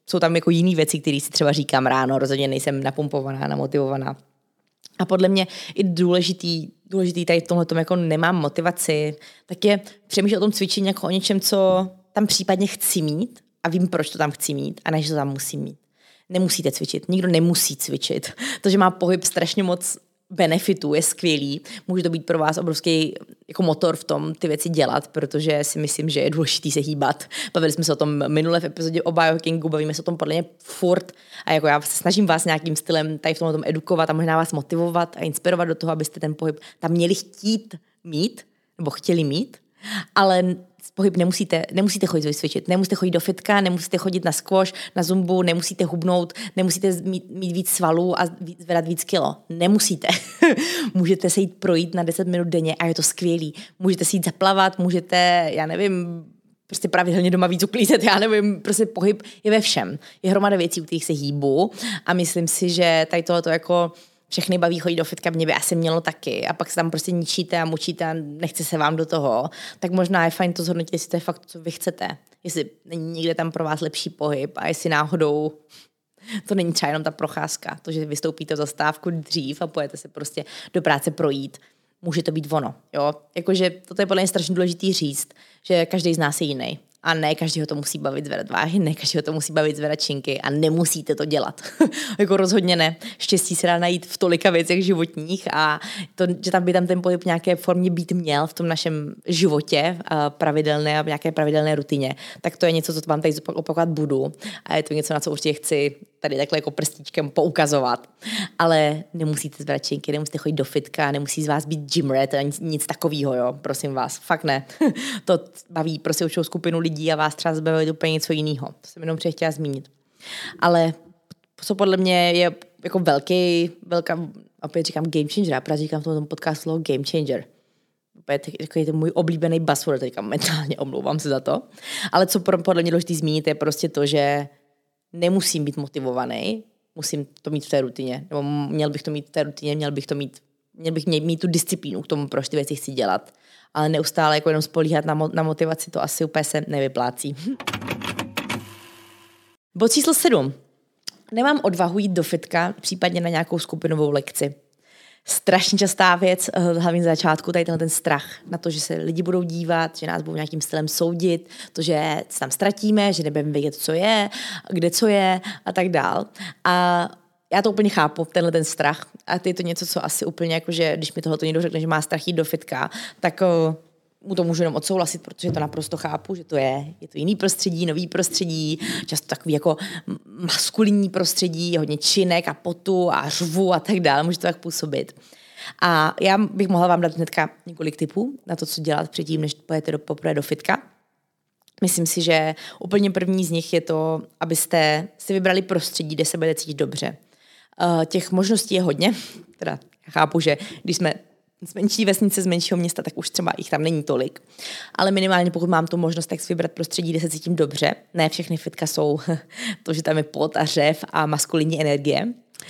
jsou tam jako jiné věci, které si třeba říkám ráno, rozhodně nejsem napumpovaná, namotivovaná. A podle mě i důležitý tady v tomhletom jako nemám motivaci, tak je přemýšlet o tom cvičení jako o něčem, co tam případně chci mít a vím, proč to tam chci mít a ne, že to tam musím mít. Nemusíte cvičit, nikdo nemusí cvičit. To, že má pohyb strašně moc benefitů, je skvělý. Může to být pro vás obrovský jako motor v tom ty věci dělat, protože si myslím, že je důležitý se hýbat. Bavili jsme se o tom minule v epizodě o biohackingu, bavíme se o tom podle mě furt a jako já se snažím vás nějakým stylem tady v tom edukovat a možná vás motivovat a inspirovat do toho, abyste ten pohyb tam měli chtít mít, nebo chtěli mít, ale pohyb nemusíte chodit cvičit, nemusíte chodit do fitka, nemusíte chodit na squash, na zumbu, nemusíte hubnout, nemusíte mít víc svalů a zvedat víc kilo. Nemusíte. Můžete se jít projít na 10 minut denně a je to skvělý. Můžete si jít zaplavat, můžete, já nevím, prostě pravidelně doma víc uklízet, já nevím, prostě pohyb je ve všem. Je hromada věcí, u kterých se hýbu a myslím si, že tady tohleto jako všechny baví chodit do fitka, mě by asi mělo taky a pak se tam prostě ničíte a mučíte a nechce se vám do toho, tak možná je fajn to zhodnotit, jestli to je fakt, co vy chcete. Jestli není někde tam pro vás lepší pohyb a jestli náhodou to není třeba jenom ta procházka, to, že vystoupíte za stávku dřív a pojete se prostě do práce projít. Může to být ono, jo? Jakože toto je podle mě strašně důležitý říct, že každý z nás je jiný. A ne každýho to musí bavit zvedat váhy, ne každýho to musí bavit zvedat činky a nemusíte to dělat. Jako rozhodně ne. Štěstí se dá najít v tolika věcech životních a to, že tam by tam ten pohyb v nějaké formě být měl v tom našem životě pravidelné a v nějaké pravidelné rutině, tak to je něco, co vám tady opakovat budu a je to něco, na co určitě chci tady takhle jako prstíčkem poukazovat. Ale nemusíte zvedat činky, nemusíte chodit do fitka, nemusí z vás být gym rat, nic takového, jo, prosím vás. Fakt ne. To baví prostě určitou skupinu lidí a vás třeba zbavit úplně něco jiného. To jsem jenom chtěla zmínit. Ale co podle mě je jako velká, opět říkám game changer, já právě říkám v tom podcastu slovo game changer. Opět je to můj oblíbený buzzword, teďka mentálně omlouvám se za to. Ale co podle mě důležitý zmínit je prostě to, že nemusím být motivovaný, musím to mít v té rutině. Nebo měl bych to mít v té rutině, měl bych mít tu disciplínu k tomu, proč ty věci chci dělat. Ale neustále jako jenom spolíhat na motivaci, to asi úplně se nevyplácí. Bod číslo 7. Nemám odvahu jít do fitka, případně na nějakou skupinovou lekci. Strašně častá věc, hlavně za začátku, tady ten strach na to, že se lidi budou dívat, že nás budou nějakým stylem soudit, to, že se tam ztratíme, že nebudeme vědět, co je, kde co je a tak dál. A já to úplně chápu, tenhle ten strach. A je to něco, co asi úplně jako, že když mi tohoto někdo řekne, že má strach jít do fitka, tak mu to můžu jenom odsouhlasit, protože to naprosto chápu, že to je to jiný prostředí, nový prostředí, často takový jako maskulinní prostředí, hodně činek a potu a řvu a tak dále, může to tak působit. A já bych mohla vám dát hnedka několik tipů na to, co dělat předtím, než pojete poprvé do fitka. Myslím si, že úplně první z nich je to, abyste si vybrali prostředí, kde se budete cítit dobře. Těch možností je hodně, teda já chápu, že když jsme z menší vesnice, z menšího města, tak už třeba jich tam není tolik. Ale minimálně pokud mám tu možnost, tak si vybrat prostředí, kde se cítím dobře. Ne všechny fitka jsou to, že tam je pot a řev a maskulinní energie.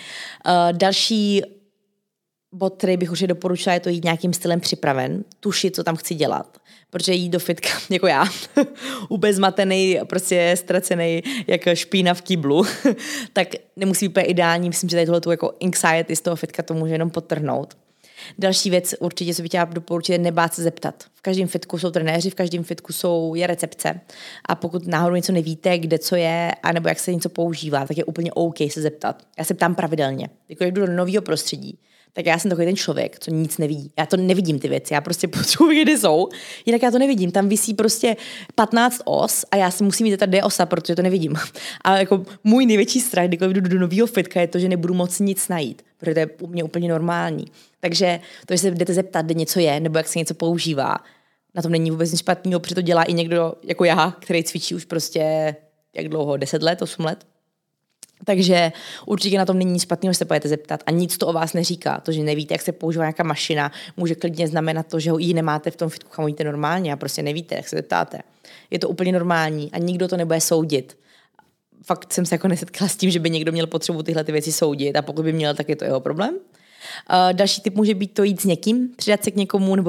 Další bod, který bych už doporučila, je to jít nějakým stylem připraven, tušit, co tam chci dělat. Protože jít do fitka, jako já, úplně zmatený, prostě ztracený, jak špína v kýblu, tak nemusí být úplně ideální. Myslím, že tady tohle jako anxiety z toho fitka to může jenom podtrhnout. Další věc určitě, co bych chtěla doporučit, nebát se zeptat. V každém fitku jsou trenéři, v každém fitku je recepce. A pokud náhodou něco nevíte, kde co je, anebo jak se něco používá, tak je úplně OK se zeptat. Já se ptám pravidelně. Jako jdu do nového prostředí, tak já jsem takový ten člověk, co nic nevidí. Já to nevidím ty věci, já prostě potřebuji, kde jsou, jinak já to nevidím. Tam visí prostě 15 os a já si musím mít tady osa, protože to nevidím. A jako můj největší strach, když jdu do nového fitka, je to, že nebudu moc nic najít, protože to je u mě úplně normální. Takže to, že se jdete zeptat, kde něco je, nebo jak se něco používá, na tom není vůbec nic špatného, protože to dělá i někdo jako já, který cvičí už prostě jak dlouho, 10 let, 8 let. Takže určitě na tom není nic špatného, že se pojďte zeptat a nic to o vás neříká. To, že nevíte, jak se používá nějaká mašina, může klidně znamenat to, že ho ji nemáte v tom fitku, kam jíte normálně a prostě nevíte, jak se zeptáte. Je to úplně normální a nikdo to nebude soudit. Fakt jsem se jako nesetkala s tím, že by někdo měl potřebu tyhle ty věci soudit a pokud by měl, tak je to jeho problém. Další tip může být to jít s někým, přidat se k někomu nebo vzít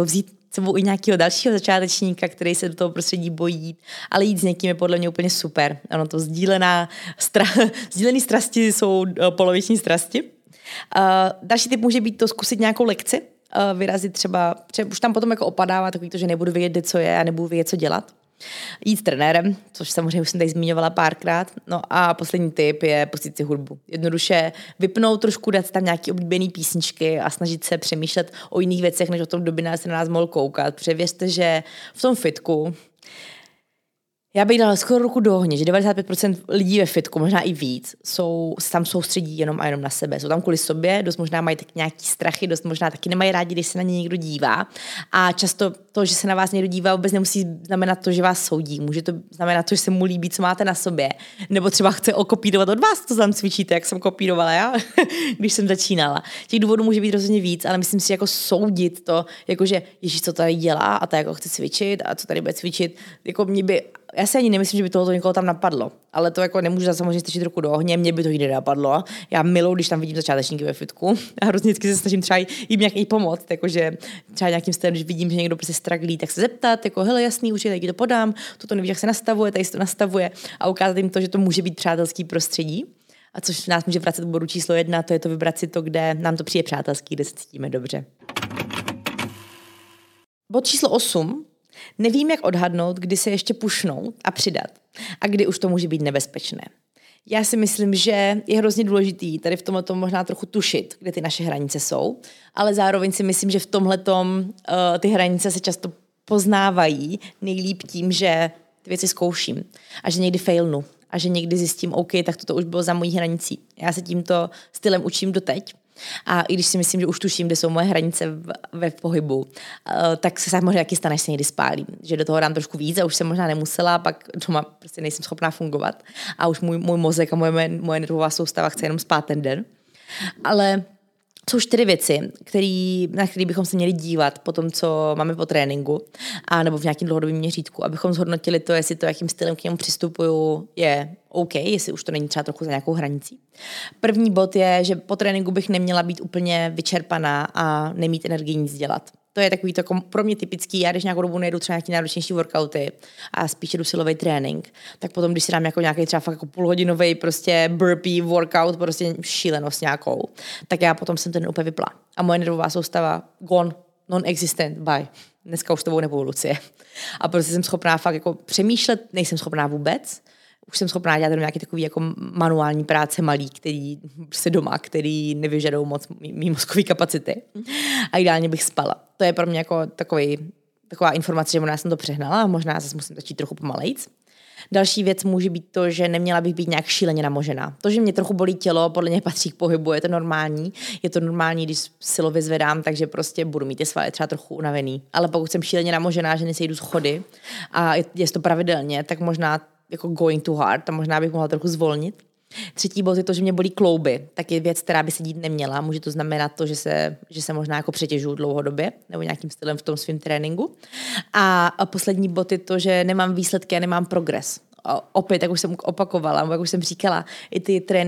sebou i nějakého dalšího začátečníka, který se do toho prostředí bojí, ale jít s někým je podle mě úplně super. Ano, to sdílený strasti jsou poloviční strasti. Další typ může být to zkusit nějakou lekci, vyrazit třeba už tam potom jako opadává takový to, že nebudu vědět, co je a nebudu vědět, co dělat. Jít s trenérem, což samozřejmě už jsem tady zmiňovala párkrát. No a poslední tip je pustit si hudbu. Jednoduše vypnout trošku, dát tam nějaký oblíbený písničky a snažit se přemýšlet o jiných věcech, než o tom, kdo by se na nás mohl koukat. Protože věřte, že v tom fitku já bych dala skoro ruku do ohně, že 95% lidí ve fitku, možná i víc, tam soustředí jenom a jenom na sebe. Jsou tam kvůli sobě, dost možná mají tak nějaký strachy, dost možná taky nemají rádi, když se na ně někdo dívá. A často to, že se na vás někdo dívá, vůbec nemusí znamenat to, že vás soudí. Může to znamenat to, že se mu líbí, co máte na sobě. Nebo třeba chce okopírovat od vás, co tam cvičíte, jak jsem kopírovala já, když jsem začínala. Těch důvodů může být rozhodně víc, ale myslím si, jako soudit to, jakože Ježíš, co tady dělá a ta jako chce cvičit a co tady bude cvičit, jako mě by. Já si ani nemyslím, že by tohoto někoho tam napadlo, ale to jako nemůžu samozřejmě strčit ruku do ohně, mě by to nikdy nenapadlo. Já miluji, když tam vidím začátečníky ve fitku a hrozně vždycky se snažím třeba jim nějak i pomoct, jakože třeba nějakým stylem, když vidím, že někdo prostě straglí, tak se zeptat, jako hele jasný, už taky to podám, toto nevíš, jak se nastavuje, tady se to nastavuje a ukázat jim to, že to může být přátelský prostředí. A což nás může vracet do bodu číslo 1, to je to vybrat si to, kde nám to přijde přátelský, kde se cítíme dobře. Bod číslo 8. Nevím, jak odhadnout, kdy se ještě pušnout a přidat a kdy už to může být nebezpečné. Já si myslím, že je hrozně důležitý tady v tomhletom možná trochu tušit, kde ty naše hranice jsou, ale zároveň si myslím, že v tomhletom ty hranice se často poznávají nejlíp tím, že ty věci zkouším a že někdy failnu a že někdy zjistím, OK, tak toto už bylo za mojí hranicí. Já se tímto stylem učím doteď. A i když si myslím, že už tuším, kde jsou moje hranice ve pohybu, tak se možná taky stane, že se někdy spálím. Že do toho dám trošku víc a už jsem možná nemusela, pak doma prostě nejsem schopná fungovat. A už můj mozek a moje nervová soustava chce jenom spát ten den. Ale jsou 4 věci, na které bychom se měli dívat po tom, co máme po tréninku a nebo v nějakém dlouhodobém měřítku, abychom zhodnotili to, jestli to, jakým stylem k němu přistupuju, je OK, jestli už to není třeba trochu za nějakou hranicí. První bod je, že po tréninku bych neměla být úplně vyčerpaná a nemít energii nic dělat. To je takový to pro mě typický. Já když nějakou dobu nejdu třeba nějaký náročnější workouty a spíše jdu silový trénink, tak potom, když si dám jako nějaký třeba fakt jako půlhodinový prostě burpee workout, prostě šílenost nějakou, tak já potom jsem ten úplně vypla. A moje nervová soustava gone, non-existent, bye. Dneska už to nebudu, Lucie. A prostě jsem schopná fakt jako přemýšlet, nejsem schopná vůbec. Už jsem schopná dělat nějaký takový jako manuální práce malý, který prostě doma, který nevyžadou moc mý mozkový kapacity. A ideálně bych spala. To je pro mě jako taková informace, že možná jsem to přehnala a možná zase musím začít trochu pomalejc. Další věc může být to, že neměla bych být nějak šíleně namožená. To, že mě trochu bolí tělo, podle mě patří k pohybu, je to normální. Je to normální, když silově zvedám, takže prostě budu mít ty svaly třeba trochu unavený. Ale pokud jsem šíleně namožená, že nesejdu schody a je to pravidelně, tak možná jako going too hard, tam možná bych mohla trochu zvolnit. Třetí bod je to, že mě bolí klouby, tak je věc, která by se dít neměla. Může to znamenat to, že se možná jako přetěžuju dlouhodobě nebo nějakým stylem v tom svém tréninku. A poslední bod je to, že nemám výsledky a nemám progres. A opět, jak už jsem opakovala, jak už jsem říkala, i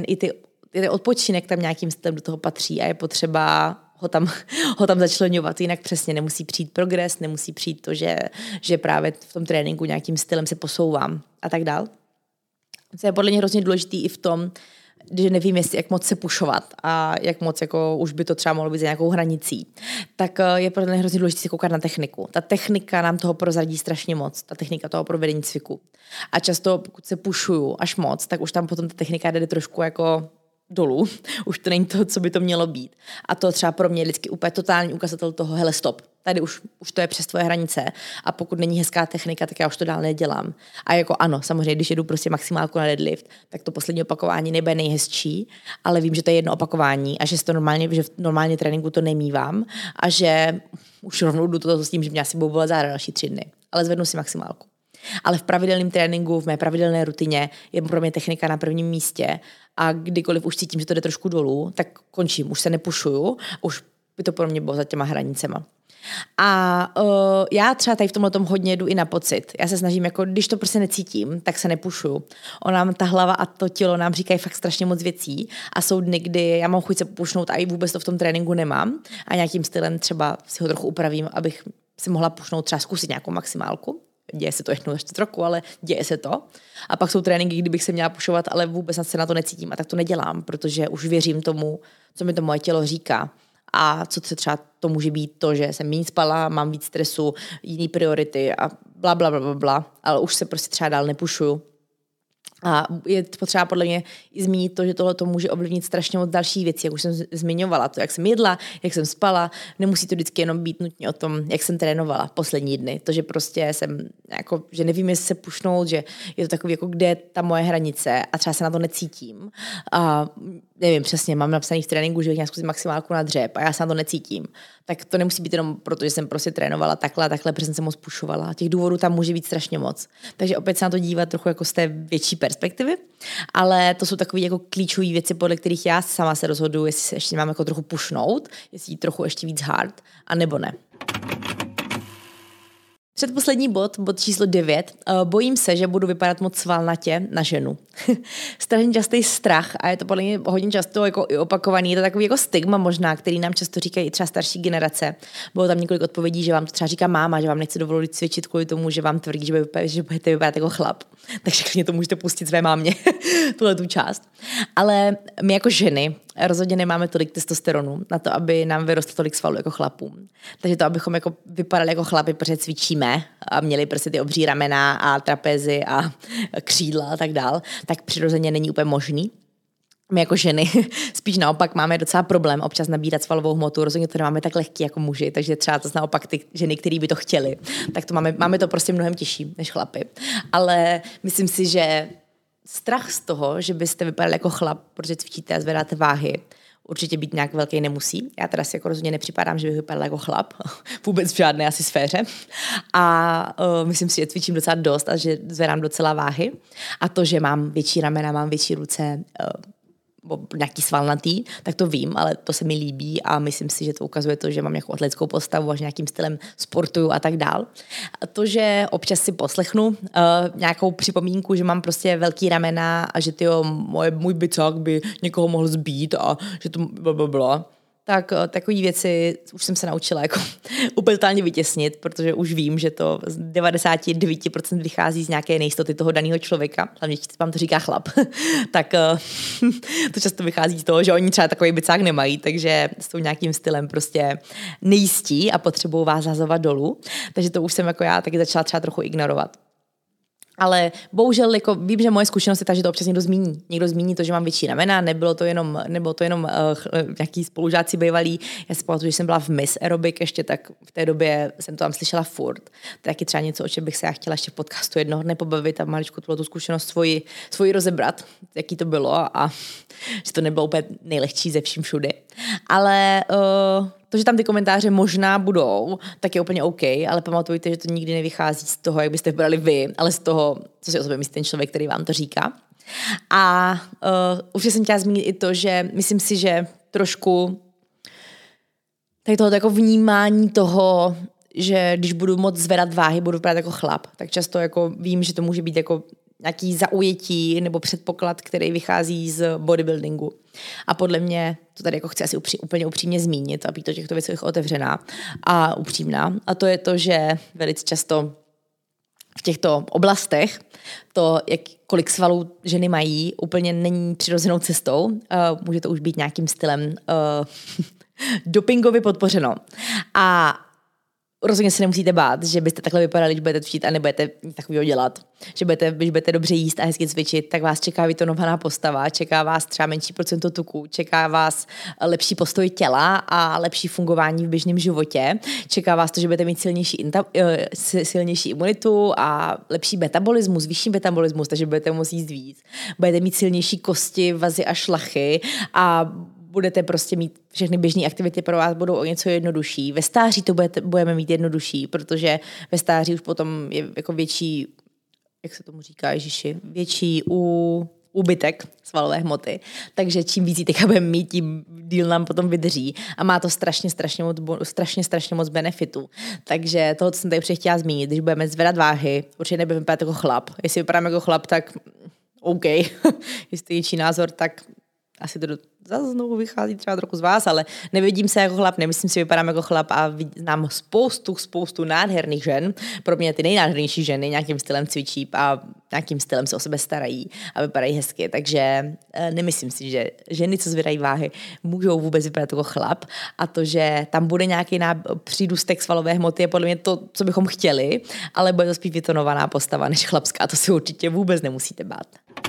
ty odpočinek tam nějakým stylem do toho patří a je potřeba ho tam začleňovat, jinak přesně nemusí přijít progres, nemusí přijít to, že právě v tom tréninku nějakým stylem se posouvám a tak dál. To je podle mě hrozně důležitý i v tom, že nevím, jak moc se pušovat a jak moc jako už by to třeba mohlo být za nějakou hranicí, tak je podle mě hrozně důležité se koukat na techniku. Ta technika nám toho prozradí strašně moc, ta technika toho provedení cviku. A často, pokud se pušuju až moc, tak už tam potom ta technika jde trošku jako dolů. Už to není to, co by to mělo být. A to třeba pro mě je vždycky úplně totální ukazatel toho, hele stop, tady už to je přes tvoje hranice a pokud není hezká technika, tak já už to dál nedělám. A jako ano, samozřejmě, když jedu prostě maximálku na deadlift, tak to poslední opakování nebude nejhezčí, ale vím, že to je jedno opakování a že v normálně tréninku to nemívám a že už rovnou jdu to s tím, že mě asi budou bolet záda další 3 dny. Ale zvednu si maximálku. Ale v pravidelném tréninku, v mé pravidelné rutině je pro mě technika na prvním místě a kdykoliv už cítím, že to jde trošku dolů, tak končím, už se nepušuju, už by to pro mě bylo za těma hranicema. A já třeba tady v tomhletom hodně jdu i na pocit. Já se snažím, jako když to prostě necítím, tak se nepušuju. Ona, ta hlava a to tělo nám říkají fakt strašně moc věcí a jsou dny, kdy já mám chuť se pušnout a i vůbec to v tom tréninku nemám a nějakým stylem třeba si ho trochu upravím, abych si mohla pušnout třeba zkusit nějakou maximálku. Děje se to jednou za 4 roku, ale děje se to. A pak jsou tréninky, kdybych se měla pušovat, ale vůbec se na to necítím a tak to nedělám, protože už věřím tomu, co mi to moje tělo říká. A co třeba to může být to, že jsem méně spala, mám víc stresu, jiný priority a bla, bla, bla, bla, bla, ale už se prostě třeba dál nepušuju. A je potřeba podle mě i zmínit to, že tohle to může ovlivnit strašně moc další věcí, jak už jsem zmiňovala, to, jak jsem jedla, jak jsem spala, nemusí to vždycky jenom být nutně o tom, jak jsem trénovala poslední dny, to, že prostě jsem jako, že nevím, jestli se pušnout, že je to takový, jako kde je ta moje hranice a třeba se na to necítím a nevím přesně, mám napsaný v tréninku, že bych měla zkusit maximálku na dřep a já se na to necítím, tak to nemusí být jenom proto, že jsem prostě trénovala takhle, protože jsem se moc pušovala. Těch důvodů tam může být strašně moc. Takže opět se na to dívat trochu jako z té větší perspektivy, ale to jsou takové jako klíčové věci, podle kterých já sama se rozhoduji, jestli se ještě mám jako trochu pušnout, jestli jít trochu ještě víc hard, a nebo ne. Předposlední bod číslo 9. Bojím se, že budu vypadat moc svalnatě na ženu. Strašně častý strach a je to podle mě hodně často jako i opakovaný. Je to takový jako stigma možná, který nám často říkají i třeba starší generace. Bylo tam několik odpovědí, že vám to třeba říká máma, že vám nechce dovolit cvičit kvůli tomu, že vám tvrdí, že budete vypadat jako chlap. Takže klidně to můžete pustit své mámě, tuhle tu část. Ale my jako ženy rozhodně nemáme tolik testosteronu na to, aby nám vyrostlo tolik svalů jako chlapům. Takže to, abychom jako vypadali jako chlapi, protože cvičíme a měli prostě ty obří ramena a trapezy a křídla a tak dál, tak přirozeně není úplně možný. My jako ženy spíš naopak máme docela problém občas nabírat svalovou hmotu, rozhodně to nemáme tak lehký jako muži, takže třeba zase naopak ty ženy, které by to chtěly, tak to máme to prostě mnohem těžší než chlapy. Ale myslím si, že strach z toho, že byste vypadali jako chlap, protože cvičíte a zvedáte váhy, určitě být nějak velký nemusí. Já teda si jako rozhodně nepřipadám, že bych vypadala jako chlap, vůbec v žádné asi sféře. A myslím si, že cvičím docela dost a že zvedám docela váhy. A to, že mám větší ramena, mám větší ruce, nějaký svalnatý, tak to vím, ale to se mi líbí a myslím si, že to ukazuje to, že mám nějakou atletickou postavu a že nějakým stylem sportuju a tak dál. A to, že občas si poslechnu nějakou připomínku, že mám prostě velký ramena a že můj bicák by někoho mohl zbít a že to blablabla, tak takové věci už jsem se naučila jako úplně totálně vytěsnit, protože už vím, že to z 99% vychází z nějaké nejistoty toho daného člověka, hlavně vám to říká chlap, tak to často vychází z toho, že oni třeba takový bicák nemají, takže s tou nějakým stylem prostě nejistí a potřebují vás zazovat dolů, takže to už jsem jako já taky začala třeba trochu ignorovat. Ale bohužel jako vím, že moje zkušenost je ta, že to občas někdo zmíní. Někdo zmíní to, že mám větší ramena, nebylo to jenom nějaký spolužáci bývalí. Já si pamatuju, že jsem byla v Miss Aerobic ještě, tak v té době jsem to tam slyšela furt. To je taky třeba něco, o čem bych se já chtěla ještě v podcastu jednoho dne pobavit a maličku tu zkušenost svoji rozebrat, jaký to bylo a že to nebylo úplně nejlehčí ze vším všudy. Ale to, že tam ty komentáře možná budou, tak je úplně OK, ale pamatujte, že to nikdy nevychází z toho, jak byste vybrali vy, ale z toho, co si o sobě myslí ten člověk, který vám to říká. A už jsem chtěla zmínit i to, že myslím si, že trošku tady tohoto jako vnímání toho, že když budu moc zvedat váhy, budu vypadat jako chlap, tak často jako vím, že to může být jako nějaký zaujetí nebo předpoklad, který vychází z bodybuildingu. A podle mě, to tady jako chci asi úplně upřímně zmínit, aby to těchto věcech otevřená a upřímná. A to je to, že velice často v těchto oblastech to, kolik svalů ženy mají, úplně není přirozenou cestou. Může to už být nějakým stylem dopingově podpořeno. A rozhodně se nemusíte bát, že byste takhle vypadali, když budete cvičit a nebudete nic takového dělat. Když budete dobře jíst a hezky cvičit, tak vás čeká vytonovaná postava, čeká vás třeba menší procento tuku, čeká vás lepší postoj těla a lepší fungování v běžném životě. Čeká vás to, že budete mít silnější imunitu a lepší metabolismus, vyšší metabolismus, takže budete moct jíst víc. Budete mít silnější kosti, vazy a šlachy a budete prostě mít všechny běžné aktivity pro vás budou o něco jednodušší. Ve stáří to budeme mít jednodušší, protože ve stáří už potom je jako větší, jak se tomu říká, Ježiši, větší úbytek svalové hmoty. Takže čím víc teďka budeme mít, tím díl nám potom vydrží. A má to strašně moc benefitů. Takže toho, co jsem tady chtěla zmínit, když budeme zvedat váhy, určitě nebudeme vypadat jako chlap. Jestli vypadáme jako chlap, tak OK. Jestli je jiný názor, tak asi to zase znovu vychází třeba trochu z vás, ale nevidím se jako chlap, nemyslím si, vypadám jako chlap a znám spoustu nádherných žen. Pro mě ty nejnádhernější ženy nějakým stylem cvičí a nějakým stylem se o sebe starají a vypadají hezky, takže nemyslím si, že ženy, co zvedají váhy, můžou vůbec vypadat jako chlap a to, že tam bude nějaký přírůstek svalové hmoty je podle mě to, co bychom chtěli, ale bude to spíš vytonovaná postava než chlapská, to si určitě vůbec nemusíte bát.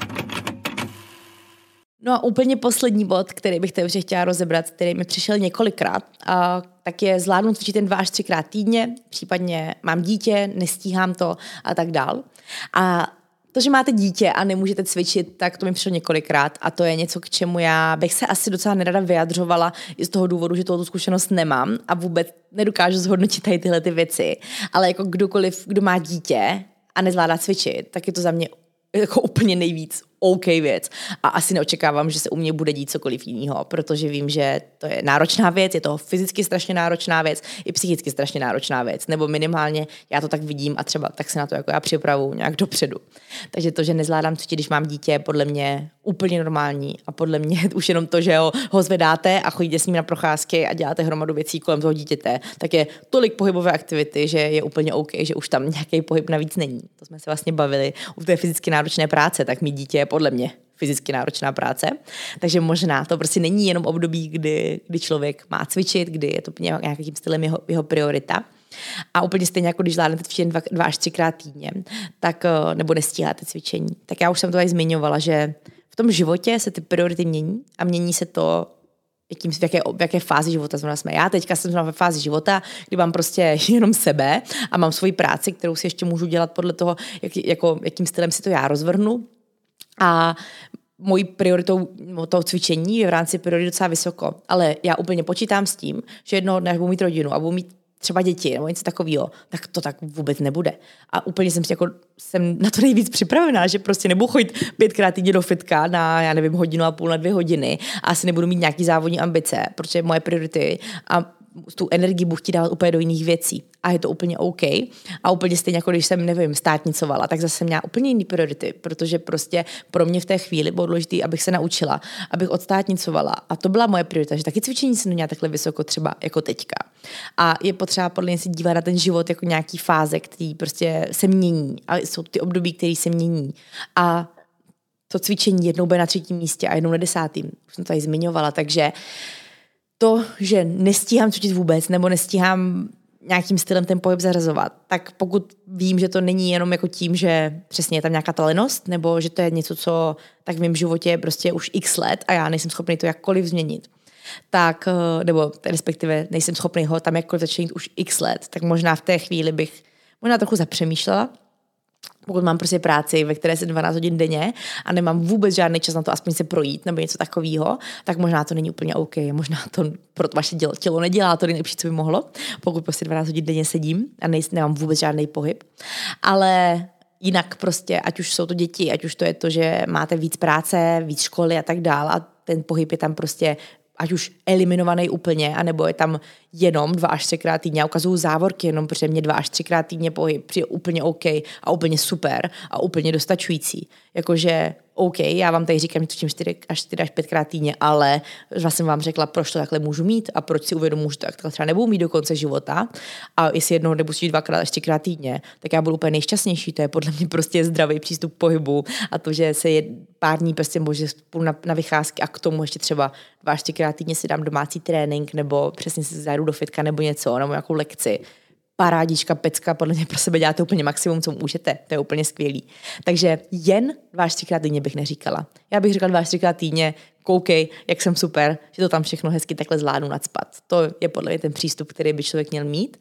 No a úplně poslední bod, který bych teď chtěla rozebrat, který mi přišel několikrát, tak je zvládnout cvičit ten 2 až 3krát týdně, případně mám dítě, nestíhám to a tak dál. A to, že máte dítě a nemůžete cvičit, tak to mi přišlo několikrát a to je něco, k čemu já bych se asi docela nerada vyjadřovala i z toho důvodu, že tu zkušenost nemám a vůbec nedokážu zhodnotit tady tyhle ty věci. Ale jako kdokoliv, kdo má dítě a nezvládá cvičit, tak je to za mě jako úplně nejvíc OK věc. A asi neočekávám, že se u mě bude dít cokoliv jiného, protože vím, že to je náročná věc, je to fyzicky strašně náročná věc, i psychicky strašně náročná věc, nebo minimálně já to tak vidím a třeba tak se na to jako já připravuju nějak dopředu. Takže to, že nezvládám cvičit, když mám dítě, je podle mě úplně normální a podle mě už jenom to, že ho zvedáte a chodíte s ním na procházky a děláte hromadu věcí kolem toho dítěte, tak je tolik pohybové aktivity, že je úplně OK, že už tam nějaký pohyb navíc není. To jsme se vlastně bavili u té fyzicky náročné práce, tak mít dítě je podle mě fyzicky náročná práce. Takže možná to prostě není jenom období, kdy člověk má cvičit, kdy je to nějakým stylem jeho priorita. A úplně stejně jako když zvládnete cvičení 2 až 3krát týdně, tak, nebo nestíháte cvičení. Tak já už jsem to tady zmiňovala, že v tom životě se ty priority mění a mění se to v jaké fázi života jsme. Já teďka jsem ve fázi života, kdy mám prostě jenom sebe a mám svoji práci, kterou si ještě můžu dělat podle toho, jakým stylem si to já rozvrhnu. A mojí prioritou toho cvičení je v rámci priority docela vysoko. Ale já úplně počítám s tím, že jednoho dne, až budu mít rodinu a budu mít třeba děti nebo něco takového, tak to tak vůbec nebude. A úplně jsem na to nejvíc připravená, že prostě nebudu chodit 5krát týdně do fitka na, já nevím, 1,5 hodiny na 2 hodiny a asi nebudu mít nějaký závodní ambice, protože moje priority a tu energii budu chtít dávat úplně do jiných věcí. A je to úplně OK. A úplně stejně, jako když jsem, nevím, státnicovala, tak zase měla úplně jiný priority, protože prostě pro mě v té chvíli bylo důležité, abych se naučila, abych odstátnicovala. A to byla moje priorita, že taky cvičení se neměla takhle vysoko třeba jako teďka. A je potřeba podle mě si dívat na ten život jako nějaký fáze, který prostě se mění. A jsou ty období, které se mění. A to cvičení jednou bude na 3. místě a jednou na 10. Už jsem to tady zmiňovala, takže to, že nestíhám cvičit vůbec, nebo nestíhám nějakým stylem ten pohyb zařazovat, tak pokud vím, že to není jenom jako tím, že přesně je tam nějaká ta lenost, nebo že to je něco, co tak v mém životě je prostě už x let a já nejsem schopný to jakkoliv změnit, tak, nebo respektive nejsem schopný ho tam jakkoliv začít už x let, tak možná v té chvíli bych možná trochu zapřemýšlela. Pokud mám prostě práci, ve které jsem 12 hodin denně a nemám vůbec žádný čas na to aspoň se projít nebo něco takového, tak možná to není úplně OK. Možná to pro vaše tělo nedělá to nejlepší, co by mohlo, pokud prostě 12 hodin denně sedím a nemám vůbec žádný pohyb. Ale jinak prostě, ať už jsou to děti, ať už to je to, že máte víc práce, víc školy a tak dál a ten pohyb je tam prostě ať už eliminovaný úplně, anebo je tam jenom 2 až 3krát týdně. Já ukazuju závorky jenom, protože mě 2 až 3krát týdně pohyb přijde úplně OK a úplně super a úplně dostačující. Jakože OK, já vám tady říkám, že točím 4 až 5krát týdně, ale vlastně jsem vám řekla, proč to takhle můžu mít a proč si uvědomuji, že to takhle třeba nebudu mít do konce života a jestli jednoho nebudu cvičit 2krát až 4krát týdně, tak já budu úplně nejšťastnější. To je podle mě prostě zdravý přístup k pohybu a to, že se je pár dní prostě může spolu na vycházky a k tomu ještě třeba 2 až 4krát týdně si dám domácí trénink nebo přesně si zajdu do fitka nebo něco, nebo nějakou lekci. Parádička, pecka, podle mě pro sebe děláte úplně maximum, co můžete. To je úplně skvělý. Takže jen 2 až 3krát týdně bych neříkala. Já bych říkala 2 až 3krát týdně, koukej, jak jsem super, že to tam všechno hezky takhle zvládnu nacpat. To je podle mě ten přístup, který by člověk měl mít.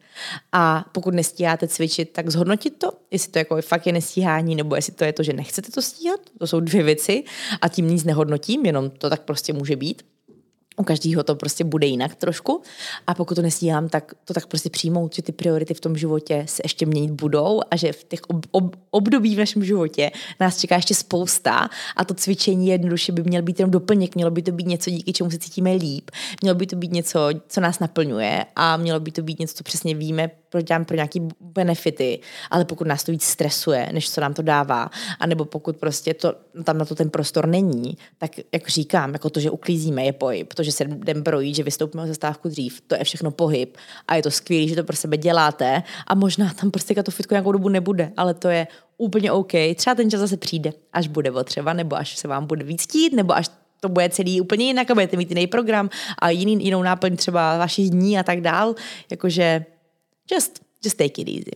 A pokud nestíháte cvičit, tak zhodnotit to, jestli to jako fakt je nestíhání, nebo jestli to je to, že nechcete to stíhat. To jsou 2 věci a tím nic nehodnotím, jenom to tak prostě může být. U každého to prostě bude jinak trošku a pokud to nestíhám, tak to tak prostě přijmout, že ty priority v tom životě se ještě měnit budou a že v těch období v našem životě nás čeká ještě spousta a to cvičení jednoduše by měl být jenom doplněk, mělo by to být něco, díky čemu se cítíme líp, mělo by to být něco, co nás naplňuje a mělo by to být něco, co přesně víme, děláme pro nějaký benefity, ale pokud nás to víc stresuje, než co nám to dává, anebo pokud prostě tam na to ten prostor není, tak jak říkám, jako to, že uklízíme, je pohyb, to, že se jdeme projít, že vystoupíme ze stávku dřív, to je všechno pohyb a je to skvělé, že to pro sebe děláte a možná tam prostě to fitko nějakou dobu nebude, ale to je úplně OK. Třeba ten čas zase přijde, až bude potřeba, nebo až se vám bude víc chtít, nebo až to bude celý úplně jinak a budete mít jiný program a jinou náplň třeba vašich dní a tak dál. Jakože just take it easy.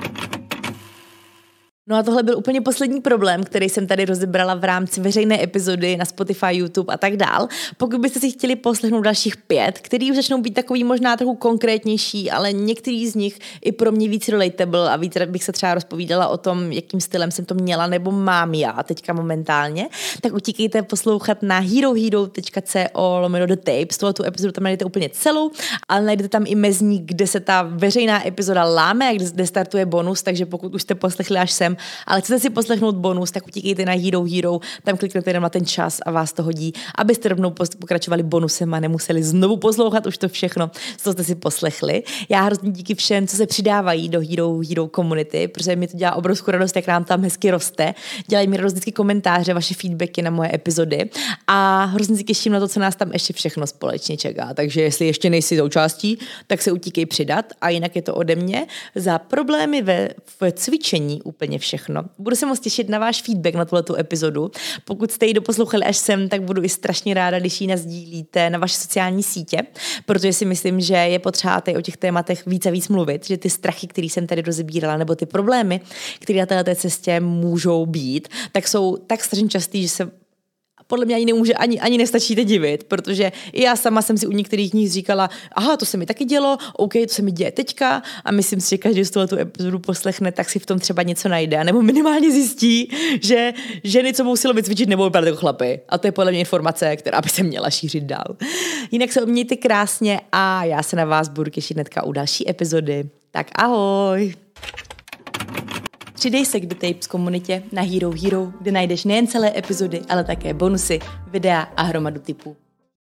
No a tohle byl úplně poslední problém, který jsem tady rozebrala v rámci veřejné epizody na Spotify, YouTube a tak dál. Pokud byste si chtěli poslechnout dalších 5, který už začnou být takový možná trochu konkrétnější, ale některý z nich i pro mě víc relatable a víc bych se třeba rozpovídala o tom, jakým stylem jsem to měla nebo mám já teďka momentálně, tak utíkejte poslouchat na herohero.co/The Tapes. Tu epizodu tam najdete úplně celou, ale najdete tam i mezník, kde se ta veřejná epizoda láme, kde startuje bonus, takže pokud už jste poslechli až sem, ale chcete si poslechnout bonus, tak utíkejte na Hero, tam kliknete jenom na ten čas a vás to hodí, abyste rovnou pokračovali bonusem a nemuseli znovu poslouchat už to všechno, co jste si poslechli. Já hrozně díky všem, co se přidávají do Hero komunity, protože mi to dělá obrovskou radost, jak nám tam hezky roste. Dělají mi radost vždycky komentáře, vaše feedbacky na moje epizody a hrozně si těším na to, co nás tam ještě všechno společně čeká. Takže jestli ještě nejsi součástí, tak se utíkej přidat a jinak je to ode mě za problémy v cvičení úplně všechno. Budu se moc těšit na váš feedback na tuhletu epizodu. Pokud jste ji doposlouchali až sem, tak budu i strašně ráda, když ji nasdílíte na vaše sociální sítě, protože si myslím, že je potřeba tady o těch tématech víc a víc mluvit, že ty strachy, které jsem tady rozebírala, nebo ty problémy, které na této cestě můžou být, tak jsou tak strašně častý, že se podle mě ani nestačíte divit, protože i já sama jsem si u některých z nich říkala, aha, to se mi taky dělo, OK, to se mi děje teďka a myslím si, že každý z tu epizodu poslechne, tak si v tom třeba něco najde, nebo minimálně zjistí, že ženy, co mohou silově cvičit, nebudou vypadat jako chlapy. A to je podle mě informace, která by se měla šířit dál. Jinak se mějte krásně a já se na vás budu těšit hnedka u další epizody. Tak ahoj! Přidej se k The Tapes komunitě na Hero, kde najdeš nejen celé epizody, ale také bonusy, videa a hromadu tipů.